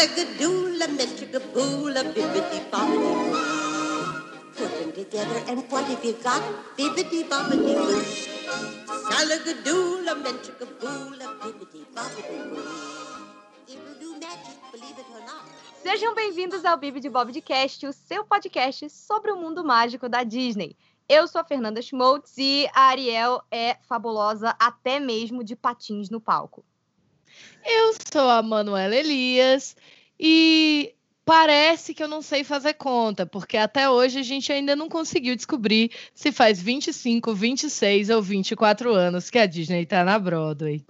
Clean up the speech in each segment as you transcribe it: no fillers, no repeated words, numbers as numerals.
Salagadoo, lamentigadoo, bibbidi-bobbidi-boo. Put them together and what have you got? Bibbidi-bobbidi-boo. Salagadoo, lamentigadoo, bibbidi-bobbidi-boo. It will do magic, believe it or not. Sejam bem-vindos ao Bibi de Bobcast, o seu podcast sobre o mundo mágico da Disney. Eu sou a Fernanda Schmoltz e a Ariel é fabulosa até mesmo de patins no palco. Eu sou a Manuela Elias e parece que eu não sei fazer conta, porque até hoje a gente ainda não conseguiu descobrir se faz 25, 26 ou 24 anos que a Disney tá na Broadway.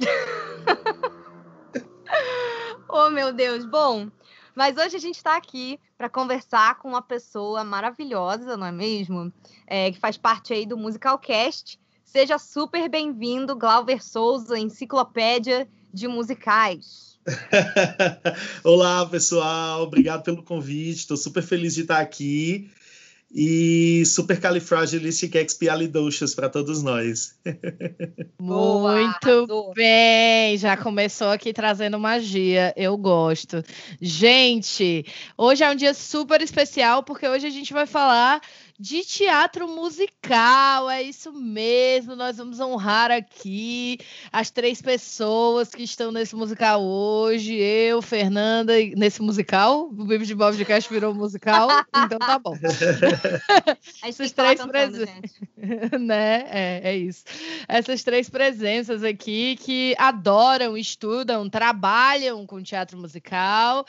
Oh, meu Deus! Bom, mas hoje a gente está aqui para conversar com uma pessoa maravilhosa, não é mesmo? Que faz parte aí do Musicalcast. Seja super bem-vindo, Glauber Souza, enciclopédia de musicais. Olá, pessoal. Obrigado pelo convite. Estou super feliz de estar aqui. E supercalifragilisticexpialidocious para todos nós. Muito bem, já começou aqui trazendo magia, eu gosto. Gente, hoje é um dia super especial, porque hoje a gente vai falar de teatro musical, é isso mesmo, nós vamos honrar aqui as 3 pessoas que estão nesse musical hoje, eu, Fernanda, nesse musical, o Bibi de Bobcast virou musical, então tá bom. Essas 3 presenças, né? É isso. Essas 3 presenças aqui que adoram, estudam, trabalham com teatro musical,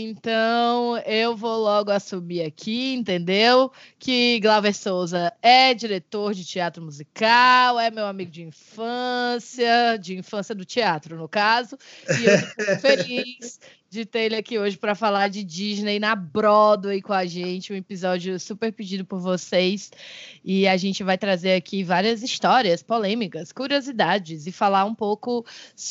então eu vou logo assumir aqui, entendeu? Que Glauber Souza é diretor de teatro musical, é meu amigo de infância do teatro, no caso, e eu estou feliz de ter ele aqui hoje para falar de Disney na Broadway com a gente, um episódio super pedido por vocês, e a gente vai trazer aqui várias histórias, polêmicas, curiosidades, e falar um pouco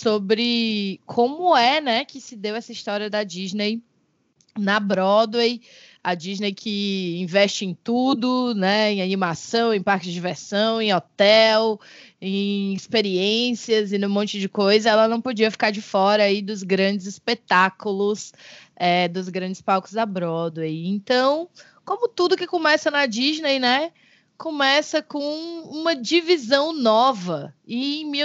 sobre como é, né, que se deu essa história da Disney na Broadway, a Disney que investe em tudo, né, em animação, em parque de diversão, em hotel, em experiências e num monte de coisa, ela não podia ficar de fora aí dos grandes espetáculos, dos grandes palcos da Broadway. Então, como tudo que começa na Disney, né, começa com uma divisão nova. E em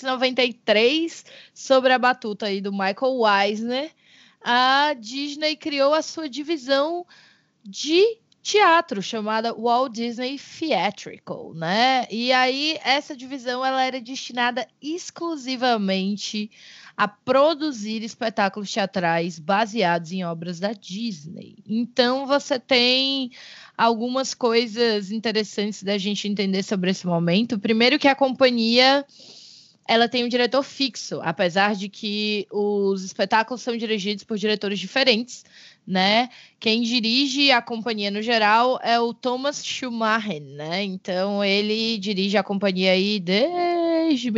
1993, sobre a batuta aí do Michael Eisner, a Disney criou a sua divisão de teatro, chamada Walt Disney Theatrical, né? E aí, essa divisão ela era destinada exclusivamente a produzir espetáculos teatrais baseados em obras da Disney. Então, você tem algumas coisas interessantes da gente entender sobre esse momento. Primeiro que a companhia ela tem um diretor fixo, apesar de que os espetáculos são dirigidos por diretores diferentes, né? Quem dirige a companhia no geral é o Thomas Schumacher, né? Então ele dirige a companhia aí desde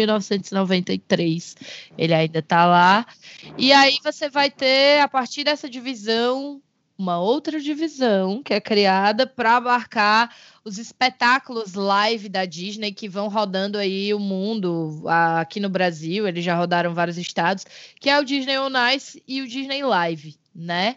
1993. Ele ainda está lá. E aí você vai ter, a partir dessa divisão, uma outra divisão que é criada para abarcar os espetáculos live da Disney que vão rodando aí o mundo. Aqui no Brasil, eles já rodaram vários estados, que é o Disney On Ice e o Disney Live, né?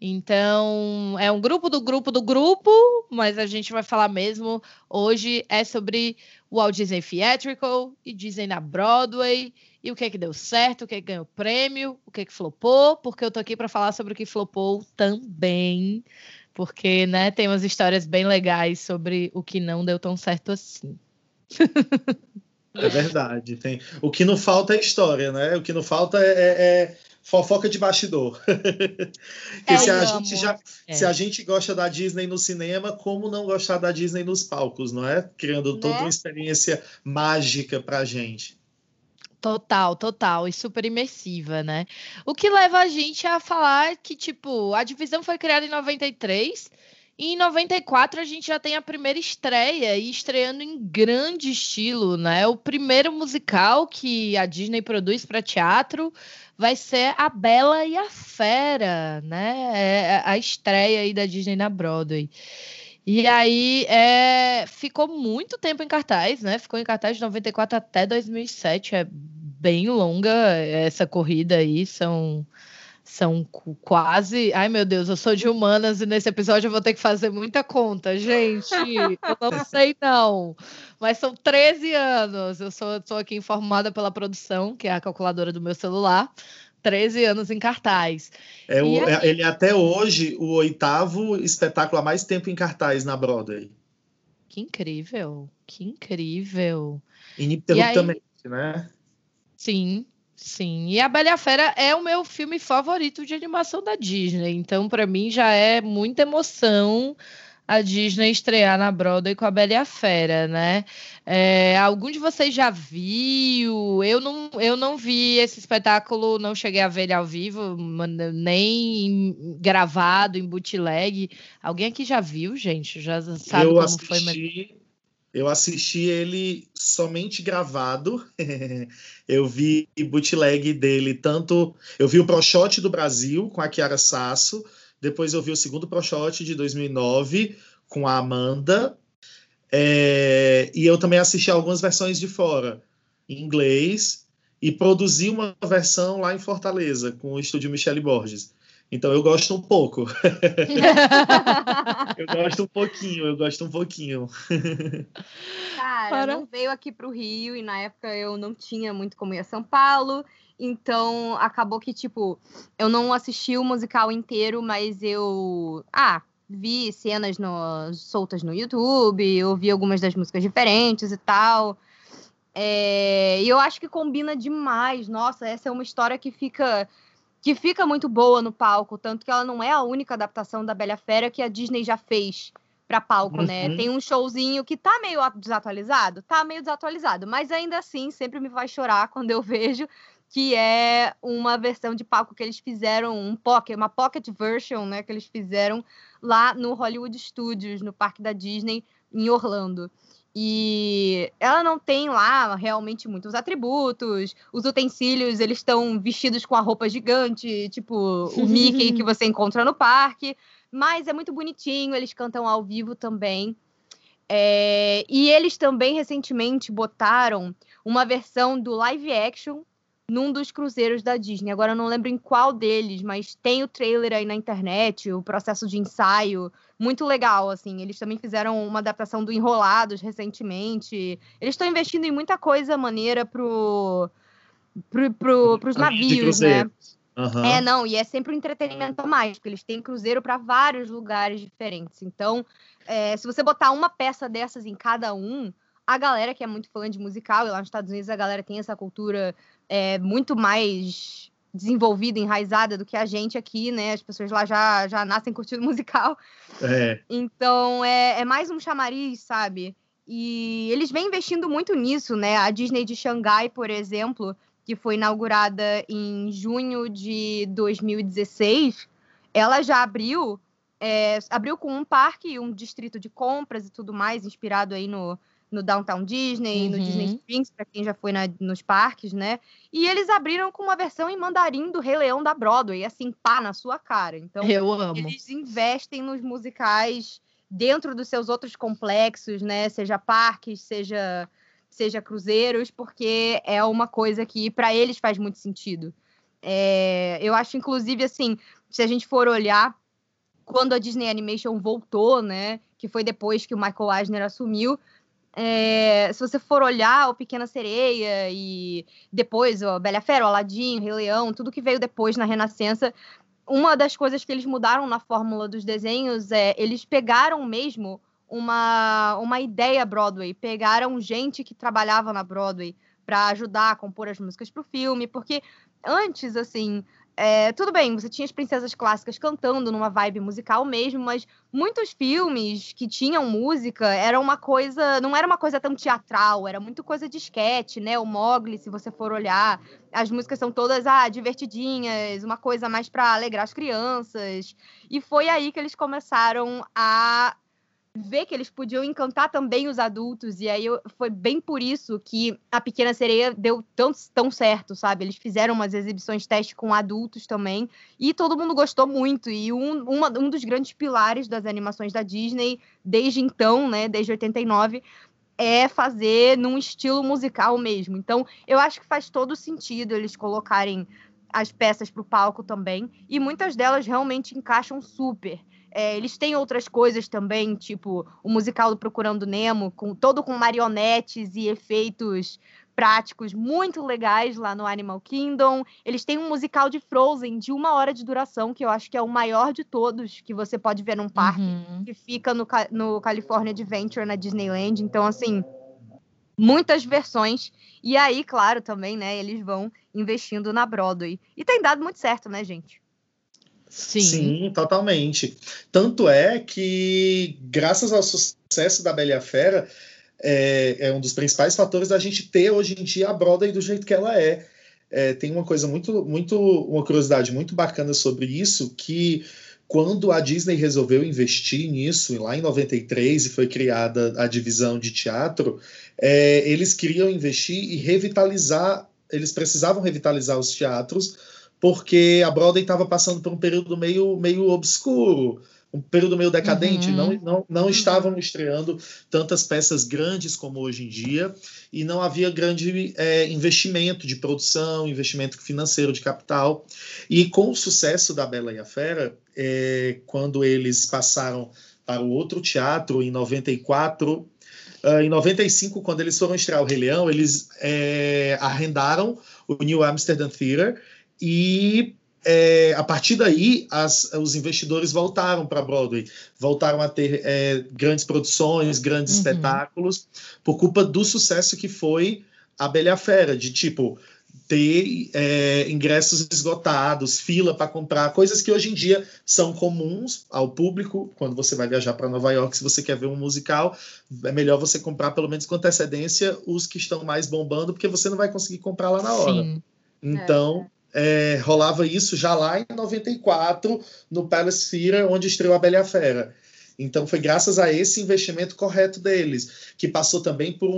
Então, é um grupo do grupo, mas a gente vai falar mesmo hoje é sobre o Walt Disney Theatrical e Disney na Broadway, e o que é que deu certo, o que é que ganhou prêmio, o que é que flopou, porque eu tô aqui para falar sobre o que flopou também, porque, né, tem umas histórias bem legais sobre o que não deu tão certo assim. É verdade. O que não falta é história, né? O que não falta é fofoca de bastidor. Porque se a gente gosta da Disney no cinema, como não gostar da Disney nos palcos, não é? Criando toda uma experiência mágica pra gente. Total, e super imersiva, né? O que leva a gente a falar que, tipo, a divisão foi criada em 93, e em 94 a gente já tem a primeira estreia, e estreando em grande estilo, né? O primeiro musical que a Disney produz para teatro vai ser A Bela e a Fera, né? É a estreia aí da Disney na Broadway. E aí ficou muito tempo em cartaz, né? Ficou em cartaz de 94 até 2007, é bem longa essa corrida aí, são São quase... Ai, meu Deus, eu sou de humanas e nesse episódio eu vou ter que fazer muita conta. Gente, eu não sei não. Mas são 13 anos. Eu sou aqui informada pela produção, que é a calculadora do meu celular. 13 anos em cartaz. Ele é até hoje o 8º espetáculo há mais tempo em cartaz na Broadway. Que incrível, que incrível. Ininterruptamente, né? Sim. Sim, e A Bela e a Fera é o meu filme favorito de animação da Disney, então para mim já é muita emoção a Disney estrear na Broadway com A Bela e a Fera, né? Algum de vocês já viu? Eu não vi esse espetáculo, não cheguei a ver ele ao vivo, nem gravado em bootleg. Alguém aqui já viu, gente? Já sabe como foi? Eu assisti ele somente gravado. Eu vi bootleg dele tanto... Eu vi o ProShot do Brasil com a Chiara Sasso. Depois eu vi o segundo ProShot de 2009 com a Amanda. E eu também assisti algumas versões de fora, em inglês. E produzi uma versão lá em Fortaleza, com o estúdio Michele Borges. Então eu gosto um pouco. Eu gosto um pouquinho. Cara, não veio aqui pro Rio e na época eu não tinha muito como ir a São Paulo, então acabou que, tipo, eu não assisti o musical inteiro, mas eu vi cenas soltas no YouTube, ouvi algumas das músicas diferentes e tal. E eu acho que combina demais. Nossa, essa é uma história que fica muito boa no palco, tanto que ela não é a única adaptação da Bela e a Fera que a Disney já fez para palco, né? Tem um showzinho que tá meio desatualizado, mas ainda assim sempre me faz chorar quando eu vejo que é uma versão de palco que eles fizeram, uma pocket version, né, que eles fizeram lá no Hollywood Studios, no parque da Disney, em Orlando. E ela não tem lá realmente muitos atributos, os utensílios, eles estão vestidos com a roupa gigante, tipo o Mickey que você encontra no parque, mas é muito bonitinho, eles cantam ao vivo também. E eles também recentemente botaram uma versão do live action num dos cruzeiros da Disney. Agora eu não lembro em qual deles, mas tem o trailer aí na internet, o processo de ensaio, muito legal, assim. Eles também fizeram uma adaptação do Enrolados recentemente. Eles estão investindo em muita coisa maneira pros navios, né? Uhum. E é sempre um entretenimento a mais, porque eles têm cruzeiro para vários lugares diferentes. Então, se você botar uma peça dessas em cada um, a galera que é muito fã de musical, e lá nos Estados Unidos a galera tem essa cultura muito mais desenvolvida, enraizada do que a gente aqui, né? As pessoas lá já nascem curtindo musical. Então, é mais um chamariz, sabe? E eles vêm investindo muito nisso, né? A Disney de Xangai, por exemplo, que foi inaugurada em junho de 2016, ela já abriu com um parque e um distrito de compras e tudo mais, inspirado aí no Downtown Disney, no Disney Springs, para quem já foi nos parques, né? E eles abriram com uma versão em mandarim do Rei Leão da Broadway, assim, na sua cara. Então, eu amo. Eles investem nos musicais dentro dos seus outros complexos, né? Seja parques, seja cruzeiros, porque é uma coisa que para eles faz muito sentido. Eu acho, inclusive, assim, se a gente for olhar, quando a Disney Animation voltou, né? Que foi depois que o Michael Eisner assumiu, se você for olhar o Pequena Sereia e depois o Bela e a Fera, o Aladdin, o Rei Leão, tudo que veio depois na Renascença, uma das coisas que eles mudaram na fórmula dos desenhos eles pegaram mesmo uma ideia Broadway, pegaram gente que trabalhava na Broadway para ajudar a compor as músicas para o filme, porque antes, assim, tudo bem, você tinha as princesas clássicas cantando numa vibe musical mesmo, mas muitos filmes que tinham música não era uma coisa tão teatral, era muito coisa de esquete, né? O Mowgli, se você for olhar, as músicas são todas divertidinhas, uma coisa mais para alegrar as crianças. E foi aí que eles começaram a ver que eles podiam encantar também os adultos, e aí foi bem por isso que a Pequena Sereia deu tão certo, sabe? Eles fizeram umas exibições teste com adultos também, e todo mundo gostou muito, e um dos grandes pilares das animações da Disney, desde então, né, desde 89, é fazer num estilo musical mesmo. Então, eu acho que faz todo sentido eles colocarem as peças para o palco também, e muitas delas realmente encaixam super. Eles têm outras coisas também, tipo o musical do Procurando Nemo, todo com marionetes e efeitos práticos muito legais lá no Animal Kingdom. Eles têm um musical de Frozen de 1 hora de duração, que eu acho que é o maior de todos que você pode ver num parque, que fica no California Adventure, na Disneyland. Então, assim, muitas versões. E aí, claro, também, né, eles vão investindo na Broadway. E tem dado muito certo, né, gente? Sim, totalmente. Tanto é que, graças ao sucesso da Bela e a Fera, é um dos principais fatores da gente ter hoje em dia a Broadway do jeito que ela é. Tem uma coisa uma curiosidade muito bacana sobre isso, que quando a Disney resolveu investir nisso, lá em 93, e foi criada a divisão de teatro, eles queriam investir e revitalizar, eles precisavam revitalizar os teatros, porque a Broadway estava passando por um período meio obscuro, um período meio decadente, não estavam estreando tantas peças grandes como hoje em dia, e não havia grande investimento de produção, investimento financeiro de capital. E com o sucesso da Bela e a Fera, quando eles passaram para o outro teatro, em 94, em 95, quando eles foram estrear o Rei Leão, eles arrendaram o New Amsterdam Theatre, e a partir daí os investidores voltaram para Broadway, voltaram a ter grandes produções, grandes espetáculos, por culpa do sucesso que foi a Bela e a Fera, de tipo ter ingressos esgotados, fila para comprar, coisas que hoje em dia são comuns ao público. Quando você vai viajar para Nova York, se você quer ver um musical, é melhor você comprar pelo menos com antecedência os que estão mais bombando, porque você não vai conseguir comprar lá na hora. Sim. Então rolava isso já lá em 94, no Palace Theatre, onde estreou a Bela e a Fera. Então foi graças a esse investimento correto deles, que passou também por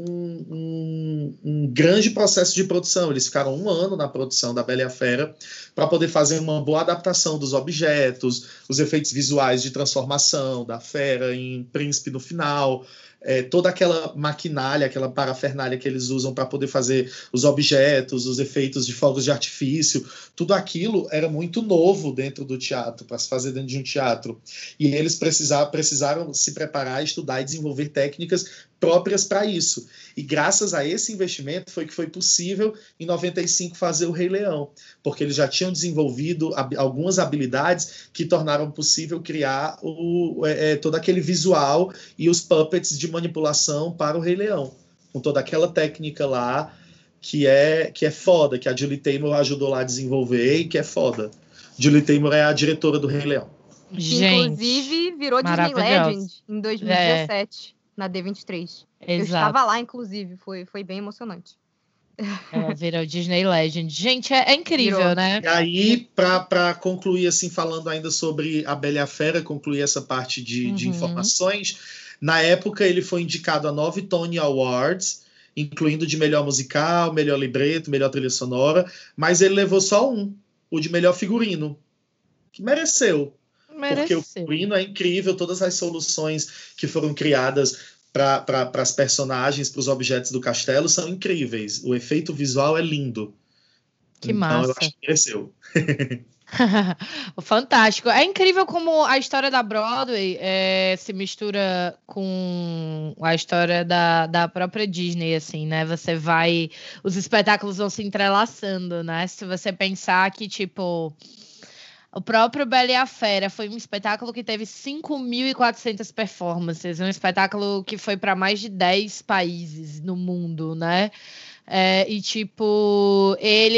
um grande processo de produção. Eles ficaram 1 ano na produção da Bela e a Fera para poder fazer uma boa adaptação dos objetos, os efeitos visuais de transformação da fera em príncipe no final, toda aquela maquinária, aquela parafernália que eles usam para poder fazer os objetos, os efeitos de fogos de artifício, tudo aquilo era muito novo dentro do teatro, para se fazer dentro de um teatro. E eles precisaram se preparar, estudar e desenvolver técnicas próprias para isso. E graças a esse investimento foi que foi possível, em 95, fazer o Rei Leão, porque eles já tinham desenvolvido algumas habilidades que tornaram possível criar todo aquele visual e os puppets de manipulação para o Rei Leão, com toda aquela técnica lá que é foda, que a Julie Taymor ajudou lá a desenvolver e que é foda. Julie Taymor é a diretora do Rei Leão. Gente, inclusive virou Disney Legend em 2017. Na D23. Exato. Eu estava lá, inclusive. Foi bem emocionante. Virou Disney Legend. Gente, é incrível, virou, né? E aí, para concluir, assim, falando ainda sobre a Bela e a Fera, concluir essa parte de informações, na época ele foi indicado a 9 Tony Awards, incluindo de melhor musical, melhor libreto, melhor trilha sonora, mas ele levou só o de melhor figurino, que mereceu. Porque o figurino é incrível, todas as soluções que foram criadas para as personagens, para os objetos do castelo, são incríveis. O efeito visual é lindo. Que massa. Então, eu acho que mereceu. Fantástico. É incrível como a história da Broadway se mistura com a história da própria Disney, assim, né? Os espetáculos vão se entrelaçando, né? Se você pensar que, tipo... O próprio Bela e a Fera foi um espetáculo que teve 5.400 performances, um espetáculo que foi para mais de 10 países no mundo, né? E, tipo,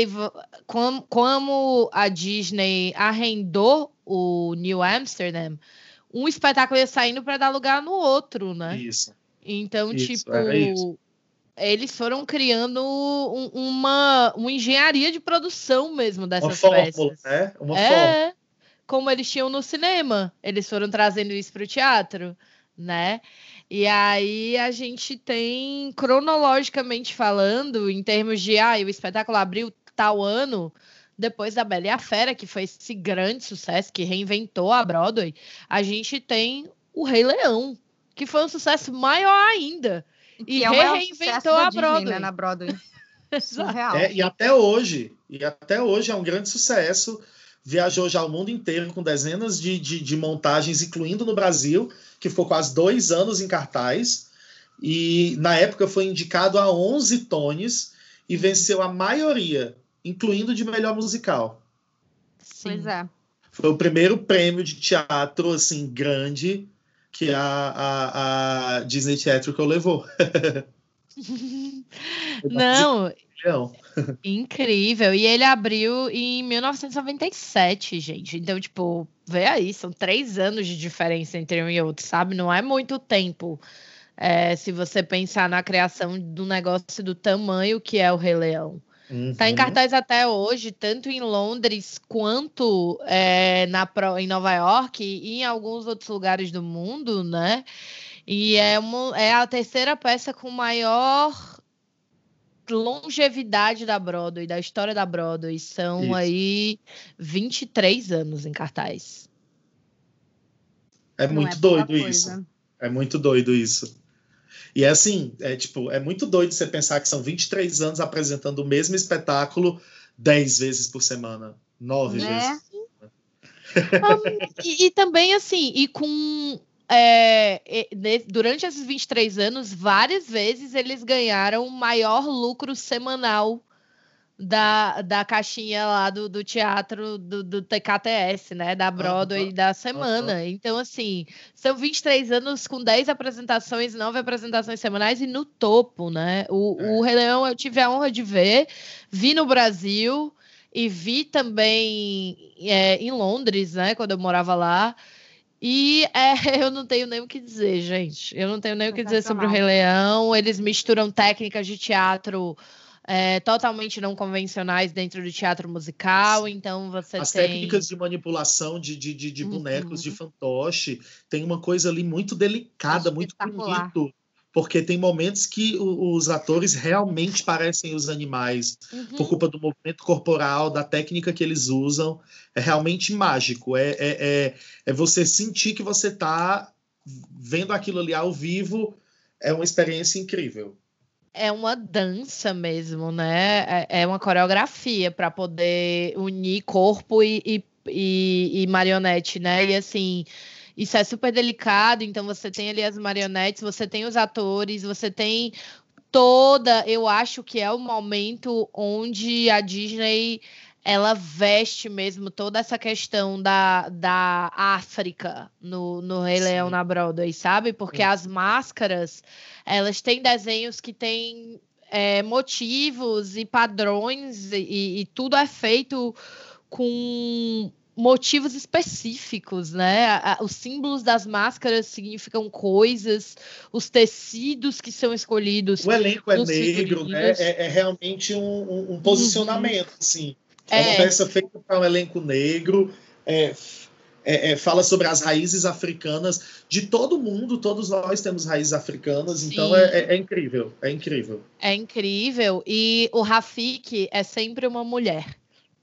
como a Disney arrendou o New Amsterdam, um espetáculo ia saindo para dar lugar no outro, né? Isso. Então, isso. Eles foram criando uma engenharia de produção mesmo dessas peças. Uma fórmula, né? Uma fórmula. Como eles tinham no cinema. Eles foram trazendo isso para o teatro, né? E aí a gente tem, cronologicamente falando, em termos de o espetáculo abriu tal ano, depois da Bela e a Fera, que foi esse grande sucesso, que reinventou a Broadway, a gente tem o Rei Leão, que foi um sucesso maior ainda. E reinventou a Broadway. Disney, né, na Broadway. E até hoje E até hoje é um grande sucesso. Viajou já o mundo inteiro com dezenas de montagens, incluindo no Brasil, que ficou quase 2 anos em cartaz. E na época foi indicado a 11 Tonys e venceu a maioria, incluindo de melhor musical. Sim. Pois é. Foi o primeiro prêmio de teatro assim grande que a Disney Theatrical levou. Não, incrível. E ele abriu em 1997, gente. Então, tipo, vê aí, são 3 anos de diferença entre um e outro, sabe? Não é muito tempo. Se você pensar na criação do negócio do tamanho que é o Rei Leão. Tá em cartaz até hoje, tanto em Londres quanto em Nova York e em alguns outros lugares do mundo, né? E é a terceira peça com maior longevidade da Broadway, da história da Broadway. São aí 23 anos em cartaz. É muito doido isso. É muito doido isso. E é assim, é muito doido você pensar que são 23 anos apresentando o mesmo espetáculo 10 vezes por semana, 9 vezes por semana. E também, assim, e com... durante esses 23 anos, várias vezes eles ganharam o maior lucro semanal da caixinha lá do teatro do TKTS, né? Da Broadway da semana. Então, assim, são 23 anos com 10 apresentações, 9 apresentações semanais e no topo, né? O Rei Leão eu tive a honra de ver, vi no Brasil e vi também em Londres, né? Quando eu morava lá. E eu não tenho nem o que dizer, gente. Eu não tenho nem o que dizer sobre o Rei Leão. Eles misturam técnicas de teatro totalmente não convencionais dentro do teatro musical, então você As técnicas de manipulação de bonecos, de fantoche, tem uma coisa ali muito delicada, muito bonito, porque tem momentos que os atores realmente parecem os animais, por culpa do movimento corporal, da técnica que eles usam, é realmente mágico, é você sentir que você está vendo aquilo ali ao vivo, é uma experiência incrível. É uma dança mesmo, né? É uma coreografia para poder unir corpo e marionete, né? E assim, isso é super delicado. Então você tem ali as marionetes, você tem os atores, você tem eu acho que é o momento onde a Disney ela veste mesmo toda essa questão da África no Rei Leão na Broadway, sabe? Porque as máscaras, elas têm desenhos que têm motivos e padrões e tudo é feito com motivos específicos, né? Os símbolos das máscaras significam coisas, os tecidos que são escolhidos. O elenco é negro, né? É realmente um posicionamento, assim. É uma peça feita para um elenco negro, fala sobre as raízes africanas de todo mundo, todos nós temos raízes africanas, então é incrível, é incrível. É incrível, e o Rafiki é sempre uma mulher.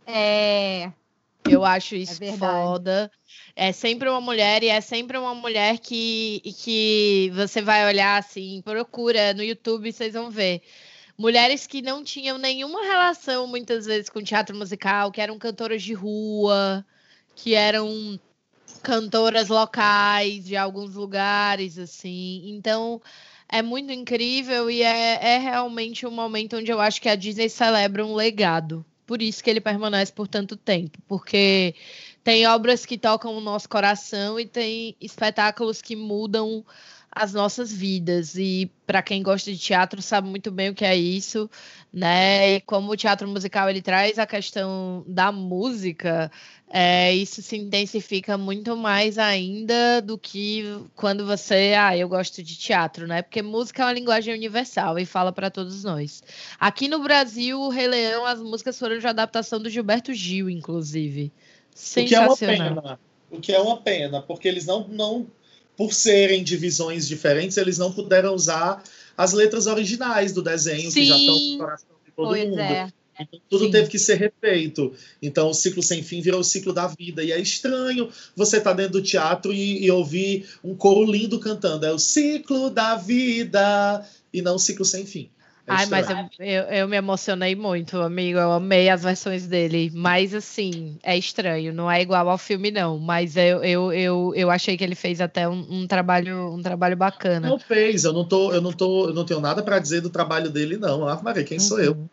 Eu acho isso foda. É sempre uma mulher, e é sempre uma mulher que você vai olhar assim, procura no YouTube, vocês vão ver. Mulheres que não tinham nenhuma relação, muitas vezes, com teatro musical, que eram cantoras de rua, que eram cantoras locais de alguns lugares, assim. Então, é muito incrível e é realmente um momento onde eu acho que a Disney celebra um legado. Por isso que ele permanece por tanto tempo, porque tem obras que tocam o nosso coração e tem espetáculos que mudam as nossas vidas, e para quem gosta de teatro sabe muito bem o que é isso, né? E como o teatro musical ele traz a questão da música, isso se intensifica muito mais ainda do que quando você, eu gosto de teatro, né? Porque música é uma linguagem universal e fala para todos nós. Aqui no Brasil, o Rei Leão, as músicas foram de adaptação do Gilberto Gil, inclusive. Sensacional. O que é uma pena, porque eles não por serem de visões diferentes, eles não puderam usar as letras originais do desenho, que já estão no coração de todo mundo. Então, tudo teve que ser refeito. Então, o ciclo sem fim virou o ciclo da vida. E é estranho você estar dentro do teatro e ouvir um coro lindo cantando. É o ciclo da vida e não o ciclo sem fim. Ai, mas eu me emocionei muito, amigo. Eu amei as versões dele. Mas, assim, é estranho. Não é igual ao filme, não. Mas eu achei que ele fez até um trabalho bacana. Não fez. Eu não tenho nada para dizer do trabalho dele, não. Ah, Maria, quem sou eu?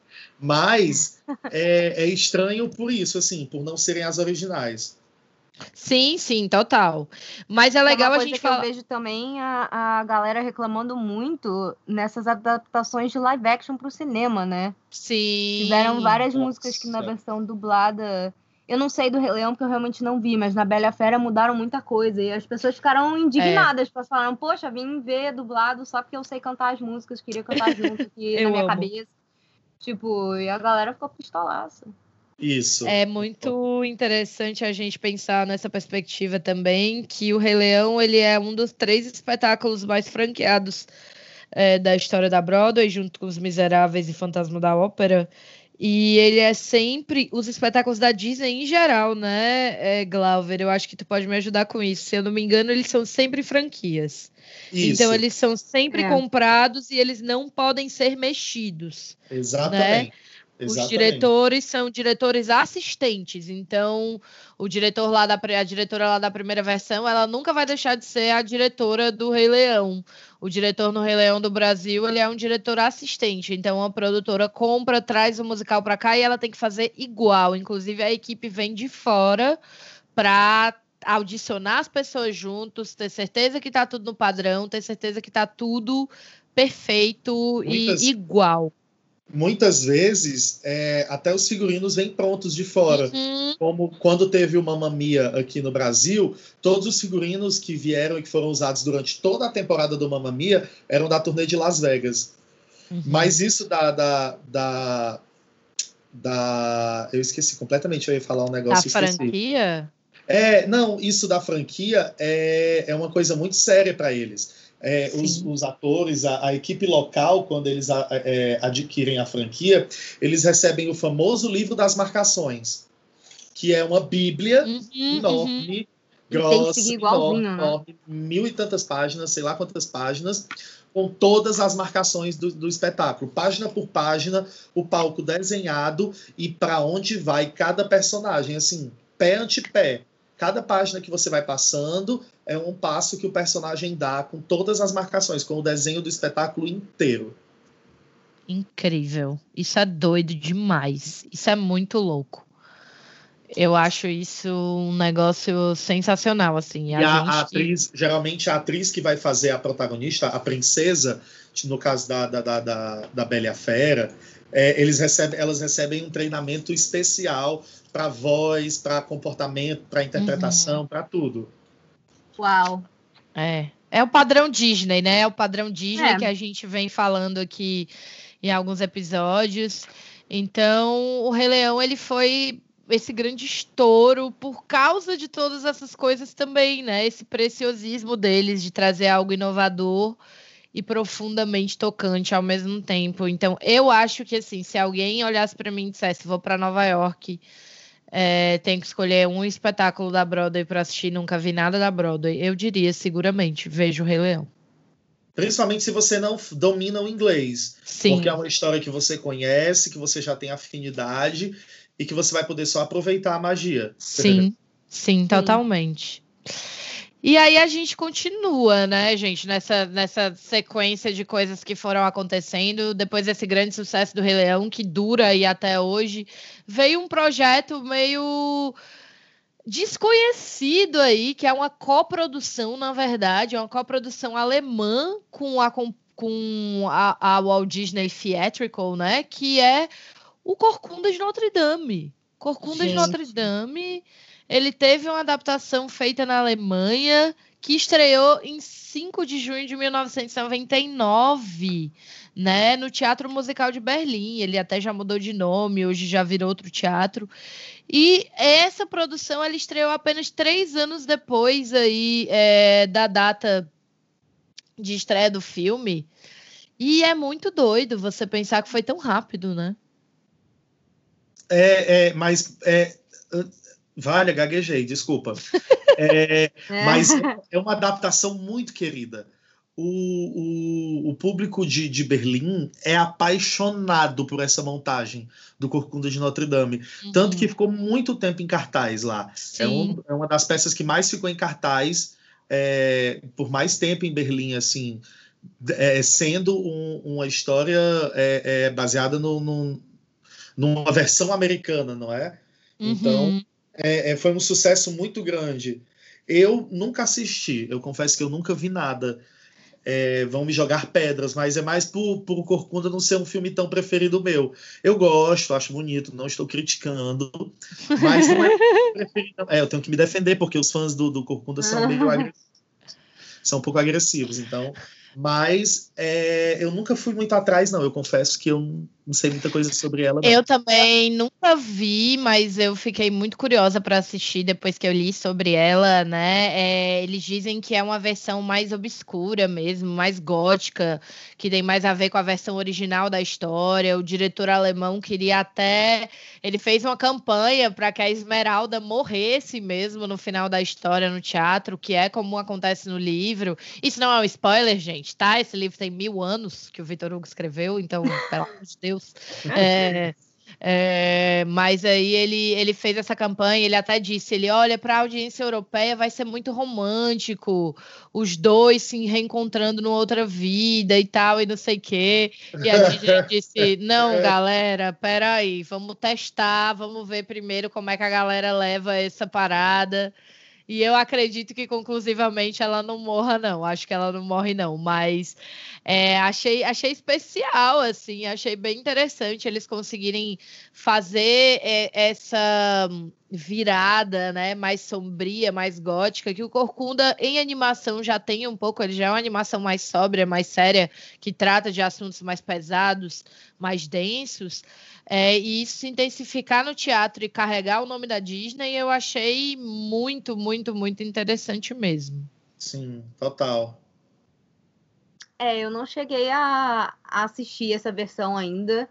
Mas é estranho por isso, assim, por não serem as originais. Sim, total. Mas é legal a gente falar. Eu vejo também a galera reclamando muito nessas adaptações de live action pro cinema, né? Sim. Tiveram várias músicas que na versão dublada... Eu não sei do Rei Leão, porque eu realmente não vi, mas na Bela e a Fera mudaram muita coisa. E as pessoas ficaram indignadas, falaram, poxa, vim ver dublado só porque eu sei cantar as músicas, queria cantar junto aqui na minha cabeça. Tipo, e a galera ficou pistolaça. Isso. É muito interessante a gente pensar nessa perspectiva também, que o Rei Leão, ele é um dos 3 espetáculos mais franqueados da história da Broadway, junto com Os Miseráveis e Fantasma da Ópera. E ele é sempre os espetáculos da Disney em geral, né, Glauber? Eu acho que tu pode me ajudar com isso. Se eu não me engano, eles são sempre franquias. Isso. Então, eles são sempre comprados e eles não podem ser mexidos. Exatamente. Né? Os diretores são diretores assistentes, então a diretora lá da primeira versão, ela nunca vai deixar de ser a diretora do Rei Leão. O diretor no Rei Leão do Brasil, ele é um diretor assistente, então a produtora compra, traz o musical para cá e ela tem que fazer igual. Inclusive a equipe vem de fora para audicionar as pessoas juntos, ter certeza que está tudo no padrão, ter certeza que está tudo perfeito e igual. Muitas vezes, até os figurinos vêm prontos de fora. Como quando teve o Mamma Mia aqui no Brasil, todos os figurinos que vieram e que foram usados durante toda a temporada do Mamma Mia eram da turnê de Las Vegas. Mas isso eu esqueci completamente, eu ia falar um negócio. Da franquia? Não, isso da franquia é uma coisa muito séria para eles. Os atores, a equipe local, quando eles adquirem a franquia, eles recebem o famoso livro das marcações, que é uma bíblia enorme, grossa, enorme, 1000 e tantas páginas, sei lá quantas páginas, com todas as marcações do espetáculo, página por página, o palco desenhado e para onde vai cada personagem, assim, pé ante pé. Cada página que você vai passando é um passo que o personagem dá com todas as marcações, com o desenho do espetáculo inteiro. Incrível. Isso é doido demais. Isso é muito louco. Eu acho isso um negócio sensacional, assim. Geralmente a atriz que vai fazer a protagonista, a princesa, no caso da Bela e a Fera, elas recebem um treinamento especial para voz, para comportamento, para interpretação, para tudo. Uau! É o padrão Disney, né? É o padrão Disney que a gente vem falando aqui em alguns episódios. Então, o Rei Leão, ele foi esse grande estouro por causa de todas essas coisas também, né? Esse preciosismo deles de trazer algo inovador e profundamente tocante ao mesmo tempo. Então, eu acho que, assim, se alguém olhasse para mim e dissesse, vou para Nova York, tenho que escolher um espetáculo da Broadway para assistir, nunca vi nada da Broadway, eu diria, seguramente, vejo o Rei Leão. Principalmente se você não domina o inglês. Sim. Porque é uma história que você conhece, que você já tem afinidade e que você vai poder só aproveitar a magia. Sim, totalmente. E aí a gente continua, né, gente, nessa sequência de coisas que foram acontecendo. Depois desse grande sucesso do Rei Leão, que dura aí até hoje, veio um projeto meio desconhecido aí, que é uma coprodução, na verdade, é uma coprodução alemã com a Walt Disney Theatrical, né, que é o Corcunda de Notre Dame. Corcunda de Notre Dame... Ele teve uma adaptação feita na Alemanha, que estreou em 5 de junho de 1999, né, no Teatro Musical de Berlim. Ele até já mudou de nome, hoje já virou outro teatro. E essa produção ela estreou apenas 3 anos depois aí, da data de estreia do filme. E é muito doido você pensar que foi tão rápido, né? Vale, gaguejei, desculpa. Mas é uma adaptação muito querida. o público de Berlim é apaixonado por essa montagem do Corcunda de Notre Dame. Tanto que ficou muito tempo em cartaz lá. É uma das peças que mais ficou em cartaz por mais tempo em Berlim, assim, sendo uma história baseada numa versão americana, não é? Então, foi um sucesso muito grande. Eu nunca assisti, eu confesso que eu nunca vi nada. Vão me jogar pedras, mas é mais por Corcunda não ser um filme tão preferido meu. Eu gosto, acho bonito, não estou criticando, mas não é preferido. Eu tenho que me defender, porque os fãs do Corcunda são meio agressivos, são um pouco agressivos, então. Mas eu nunca fui muito atrás, não. Eu confesso que eu não sei muita coisa sobre ela, não. Eu também nunca vi, mas eu fiquei muito curiosa para assistir depois que eu li sobre ela, né? Eles dizem que é uma versão mais obscura mesmo, mais gótica, que tem mais a ver com a versão original da história. O diretor alemão queria até... Ele fez uma campanha para que a Esmeralda morresse mesmo no final da história no teatro, que é como acontece no livro. Isso não é um spoiler, gente, tá? Esse livro tem 1000 anos que o Victor Hugo escreveu, então, pelo amor de Deus. Mas aí ele fez essa campanha, ele até disse, olha, para a audiência europeia vai ser muito romântico, os dois se reencontrando numa outra vida e tal, e não sei o quê. E a Disney disse, não, galera, peraí, vamos testar, vamos ver primeiro como é que a galera leva essa parada. E eu acredito que, conclusivamente, ela não morra, não. Acho que ela não morre, não. Mas achei especial, assim. Achei bem interessante eles conseguirem fazer essa virada, né, mais sombria, mais gótica, que o Corcunda, em animação, já tem um pouco. Ele já é uma animação mais sóbria, mais séria, que trata de assuntos mais pesados, mais densos. E isso se intensificar no teatro e carregar o nome da Disney, eu achei muito, muito, muito interessante mesmo. Sim, total. Eu não cheguei a assistir essa versão ainda,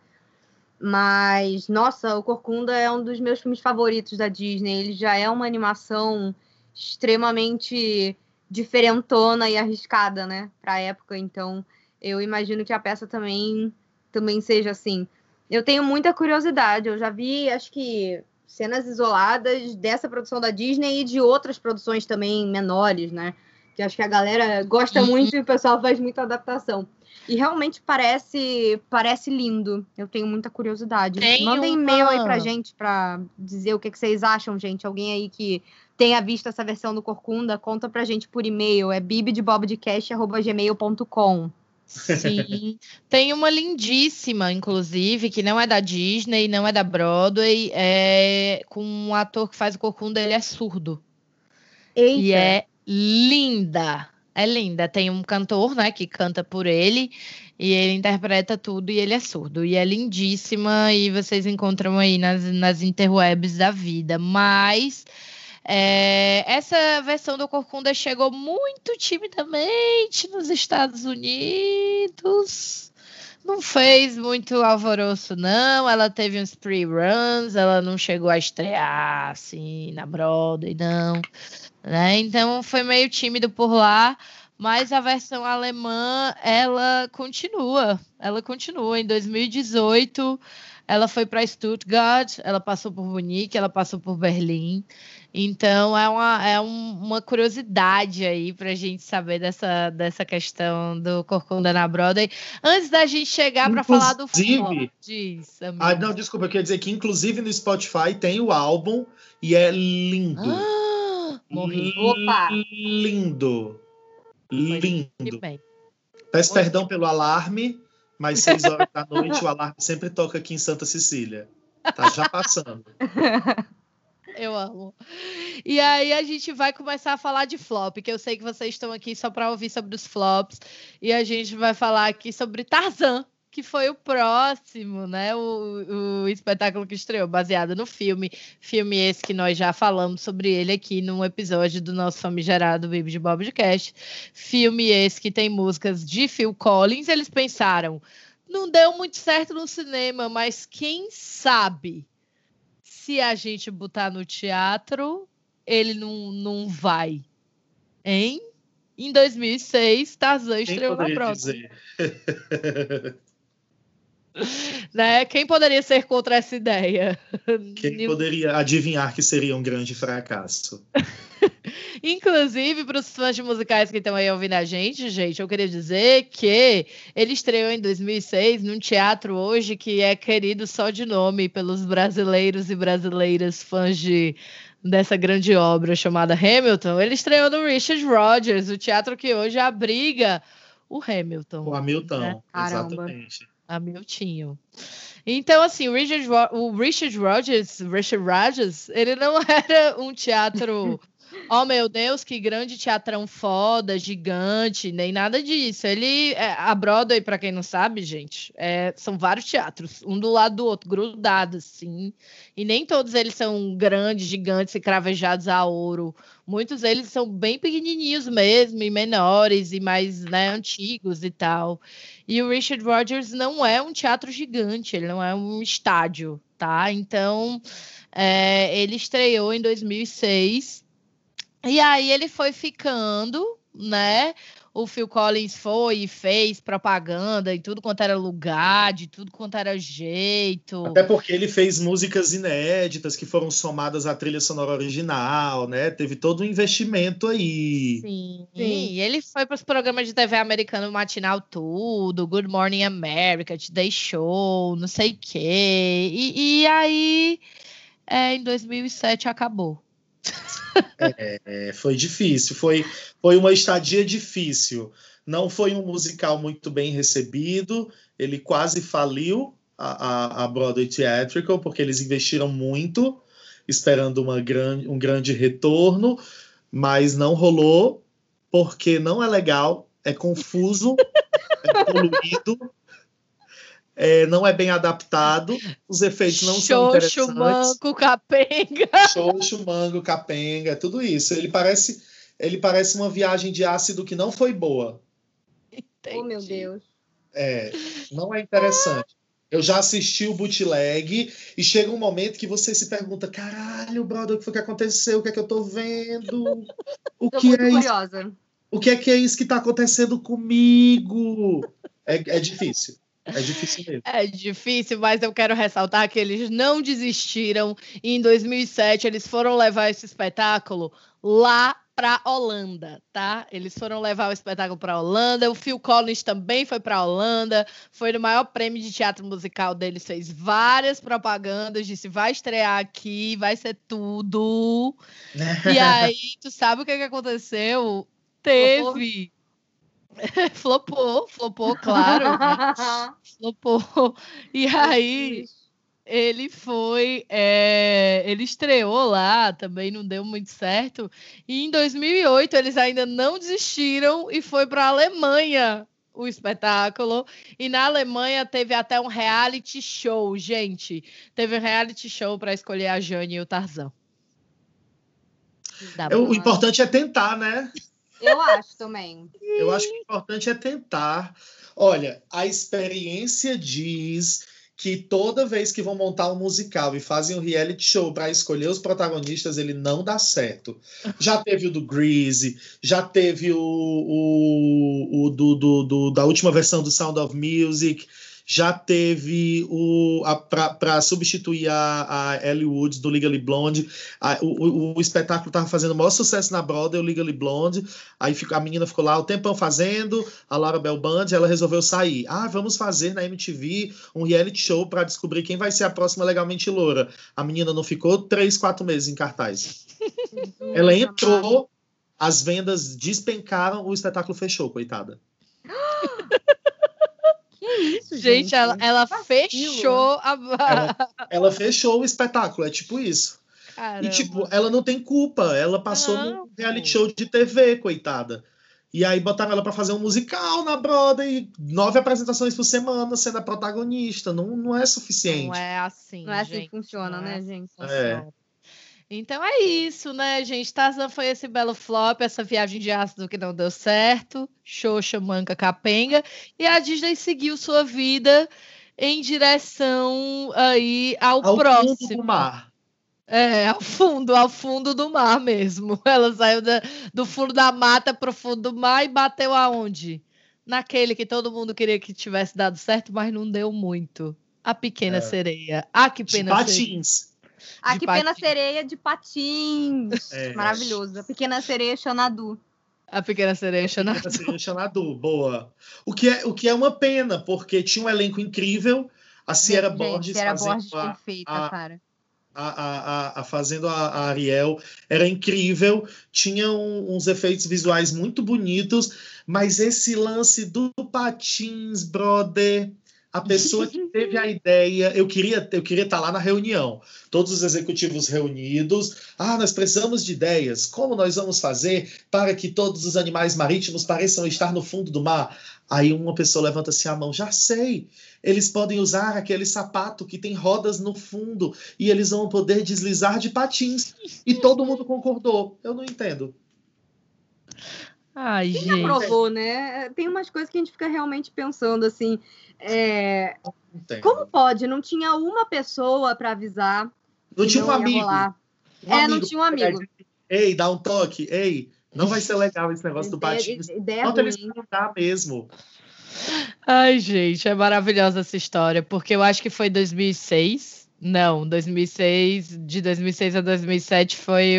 mas, nossa, o Corcunda é um dos meus filmes favoritos da Disney. Ele já é uma animação extremamente diferentona e arriscada, né, pra época. Então, eu imagino que a peça também seja assim. Eu tenho muita curiosidade. Eu já vi, acho que, cenas isoladas dessa produção da Disney e de outras produções também menores, né? Que acho que a galera gosta muito e o pessoal faz muita adaptação. E realmente parece lindo. Eu tenho muita curiosidade. Mandem e-mail aí pra gente pra dizer o que vocês acham, gente. Alguém aí que tenha visto essa versão do Corcunda, conta pra gente por e-mail. É bibdebobdecast@gmail.com. Sim, tem uma lindíssima, inclusive, que não é da Disney, não é da Broadway, com um ator que faz o Corcunda, ele é surdo. Eita. E é linda, é linda. Tem um cantor, né, que canta por ele, e ele interpreta tudo, e ele é surdo. E é lindíssima, e vocês encontram aí nas interwebs da vida. Mas... essa versão do Corcunda chegou muito timidamente nos Estados Unidos, não fez muito alvoroço, não. Ela teve uns pre-runs, ela não chegou a estrear assim na Broadway, não, né? Então foi meio tímido por lá. Mas a versão alemã, ela continua. Em 2018, ela foi para Stuttgart, ela passou por Munique, ela passou por Berlim. Então, é uma curiosidade aí para a gente saber dessa questão do Corcunda na Broadway. Antes da gente chegar para falar do filme. Não, desculpa, eu queria dizer que, inclusive, no Spotify tem o álbum e é lindo. Morri. Opa! Lindo. Lindo. Peço perdão pelo alarme, mas 6 horas da noite o alarme sempre toca aqui em Santa Cecília. Tá já passando. Eu amo. E aí a gente vai começar a falar de flop, que eu sei que vocês estão aqui só para ouvir sobre os flops. E a gente vai falar aqui sobre Tarzan, que foi o próximo, né? O espetáculo que estreou, baseado no filme. Filme esse que nós já falamos sobre ele aqui num episódio do nosso famigerado Bibi de Bobcast. Filme esse que tem músicas de Phil Collins. Eles pensaram, não deu muito certo no cinema, mas quem sabe se a gente botar no teatro, ele não vai, hein? Em 2006, Tarzan estreou na Broadway. Dizer? Né? Quem poderia ser contra essa ideia? Quem poderia adivinhar que seria um grande fracasso? Inclusive, para os fãs de musicais que estão aí ouvindo a gente, eu queria dizer que ele estreou em 2006 num teatro hoje que é querido só de nome pelos brasileiros e brasileiras fãs dessa grande obra chamada Hamilton. Ele estreou no Richard Rodgers, o teatro que hoje abriga o Hamilton. O Hamilton, né? Exatamente. Hamiltinho. Então, assim, o Richard Rodgers, ele não era um teatro... Oh, meu Deus, que grande teatrão foda, gigante, nem nada disso. A Broadway, para quem não sabe, gente, são vários teatros, um do lado do outro, grudados, assim. E nem todos eles são grandes, gigantes e cravejados a ouro. Muitos deles são bem pequenininhos mesmo, e menores, e mais, né, antigos e tal. E o Richard Rodgers não é um teatro gigante, ele não é um estádio, tá? Então, ele estreou em 2006. E aí ele foi ficando, né? O Phil Collins foi e fez propaganda em tudo quanto era lugar, de tudo quanto era jeito. Até porque ele fez músicas inéditas que foram somadas à trilha sonora original, né? Teve todo um investimento aí. Sim. E ele foi para os programas de TV americano matinal tudo, Good Morning America, Today Show, não sei o quê. E aí, em 2007 acabou. Foi difícil, foi uma estadia difícil. Não foi um musical muito bem recebido, ele quase faliu a Broadway Theatrical, porque eles investiram muito, esperando um grande retorno, mas não rolou, porque não é legal, é confuso, é poluído, não é bem adaptado, os efeitos não são interessantes. Xoxo, manco, capenga. Xoxo, mango, capenga, tudo isso. Ele parece uma viagem de ácido que não foi boa. Entendi. Oh, meu Deus. Não é interessante. Eu já assisti o bootleg e chega um momento que você se pergunta, caralho, brother, o que foi que aconteceu? O que é que eu tô vendo? Tô muito curiosa. O que é isso que tá acontecendo comigo? É difícil. É difícil mesmo. É difícil, mas eu quero ressaltar que eles não desistiram. E em 2007, eles foram levar esse espetáculo lá para Holanda, tá? Eles foram levar o espetáculo para Holanda. O Phil Collins também foi para Holanda. Foi no maior prêmio de teatro musical deles. Fez várias propagandas. Disse, vai estrear aqui, vai ser tudo. E aí, tu sabe o que aconteceu? Teve... Flopou, claro. Né? Flopou. E aí, ele foi... ele estreou lá, também não deu muito certo. E em 2008, eles ainda não desistiram e foi para a Alemanha o espetáculo. E na Alemanha teve até um reality show, gente. Teve um reality show para escolher a Jane e o Tarzan. O importante é tentar, né? Eu acho também. Eu acho que o importante é tentar. Olha, a experiência diz que toda vez que vão montar um musical e fazem um reality show para escolher os protagonistas, ele não dá certo. Já teve o do Grease, já teve da última versão do Sound of Music, já teve para substituir a Ellie Woods do Legally Blonde. O espetáculo estava fazendo o maior sucesso na Broadway, o Legally Blonde. Aí a menina ficou lá o tempão fazendo, a Laura Bell Band, ela resolveu sair. Vamos fazer na MTV um reality show para descobrir quem vai ser a próxima Legalmente Loura. A menina não ficou 3, 4 meses em cartaz. Ela entrou, as vendas despencaram, o espetáculo fechou, coitada. Isso, gente, ela fechou ela fechou o espetáculo, é tipo isso. Caramba. E tipo, ela não tem culpa, ela passou num reality show de TV, coitada. E aí botaram ela para fazer um musical na Broadway, 9 apresentações por semana, sendo a protagonista, não é suficiente. Não é assim, não é assim que funciona, né, gente? Então é isso, né, gente? Tarzan foi esse belo flop, essa viagem de ácido que não deu certo, xoxa, manca, capenga, e a Disney seguiu sua vida em direção aí ao próximo. Fundo do mar. Ao fundo do mar mesmo. Ela saiu do fundo da mata para o fundo do mar e bateu aonde? Naquele que todo mundo queria que tivesse dado certo, mas não deu muito. A Pequena Sereia. Ah, que pena. De patins. Que pena sereia de patins. Maravilhoso. A Pequena Sereia Xanadu. A Pequena Sereia Xanadu. A Pequena Sereia Xanadu, boa. O que é uma pena, porque tinha um elenco incrível. A Ciara Borges fazendo perfeita, cara. Fazendo a Ariel era incrível, tinha uns efeitos visuais muito bonitos, mas esse lance do patins, brother, a pessoa que teve a ideia, eu queria estar lá na reunião, todos os executivos reunidos, nós precisamos de ideias, como nós vamos fazer para que todos os animais marítimos pareçam estar no fundo do mar? Aí uma pessoa levanta assim a mão, já sei, eles podem usar aquele sapato que tem rodas no fundo e eles vão poder deslizar de patins. E todo mundo concordou. Eu não entendo. Ai, quem gente. aprovou, né? Tem umas coisas que a gente fica realmente pensando assim. Como pode? Não tinha uma pessoa para avisar. Não tinha um amigo. Não tinha um amigo. Ei, dá um toque. Ei, não vai ser legal esse negócio do patins. Quanto eles vão dar mesmo. Ai, gente, é maravilhosa essa história, porque eu acho que foi 2006. Não, 2006, de 2006 a 2007 foi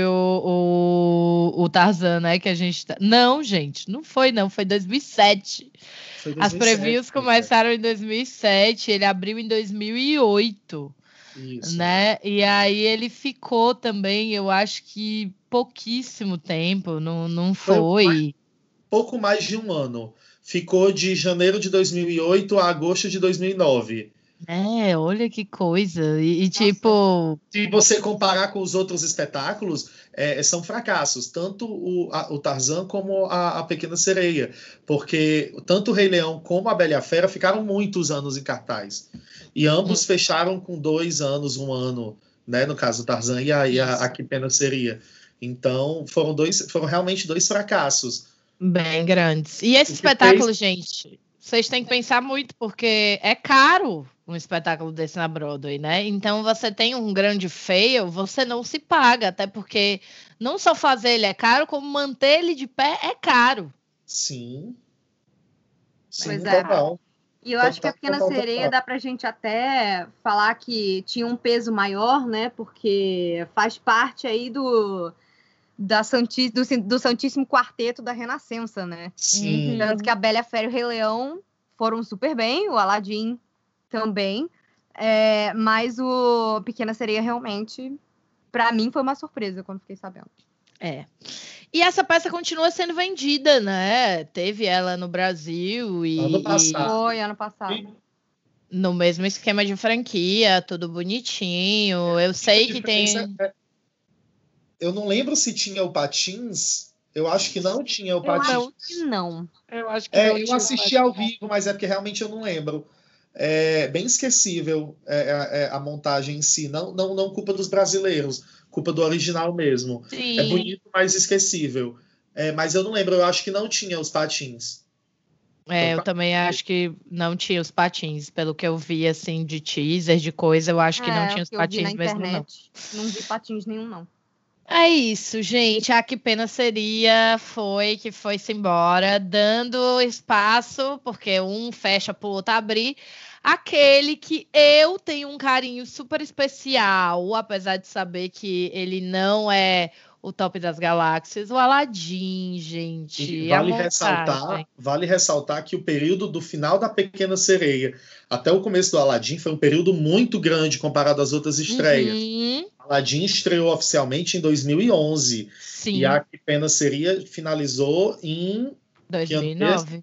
o Tarzan, né, que a gente... Não, gente, não foi 2007. Foi 2007. As previews começaram em 2007, ele abriu em 2008. Isso. Né? E aí ele ficou também, eu acho que pouquíssimo tempo, não foi. Pouco mais de um ano. Ficou de janeiro de 2008 a agosto de 2009. Olha que coisa. E tipo... Se você comparar com os outros espetáculos, são fracassos. Tanto o Tarzan como a Pequena Sereia. Porque tanto o Rei Leão como a Bela e a Fera ficaram muitos anos em cartaz. E ambos fecharam com 2 anos, 1 ano. Né? No caso, o Tarzan e a Que Pena Seria. Então, foram realmente 2 fracassos. Bem grandes. E esse espetáculo, gente, vocês têm que pensar muito, porque é caro um espetáculo desse na Broadway, né? Então, você tem um grande fail, você não se paga, até porque não só fazer ele é caro, como manter ele de pé é caro. Sim. Pois é. E eu acho que a Pequena Sereia dá pra gente até falar que tinha um peso maior, né? Porque faz parte aí do Santíssimo Quarteto da Renascença, né? Sim. Tanto que a Bela, a Fera e o Rei Leão foram super bem, o Aladdin também, mas o Pequena Sereia realmente, pra mim, foi uma surpresa quando fiquei sabendo. E essa peça continua sendo vendida, né? Teve ela no Brasil ano passado. Foi, ano passado. No mesmo esquema de franquia, tudo bonitinho. Eu sei que tem... Eu não lembro se tinha o patins. Eu acho que não tinha o patins. Eu acho que não. Eu acho que não eu assisti ao vivo, mas é porque realmente eu não lembro. É bem esquecível a montagem em si. Não culpa dos brasileiros, culpa do original mesmo. Sim. É bonito, mas esquecível. Mas eu não lembro, eu acho que não tinha os patins. Eu também acho que não tinha os patins. Pelo que eu vi, assim, de teaser, de coisa, eu acho que não tinha os patins mesmo, não. Não vi patins nenhum, não. É isso, gente. Que pena seria que foi-se embora, dando espaço, porque um fecha para o outro abrir, aquele que eu tenho um carinho super especial, apesar de saber que ele não é o top das galáxias, o Aladdin, gente. E vale ressaltar que o período do final da Pequena Sereia até o começo do Aladdin foi um período muito grande comparado às outras estreias. Aladdin estreou oficialmente em 2011. Sim. E a Que Pena Seria finalizou em 2009.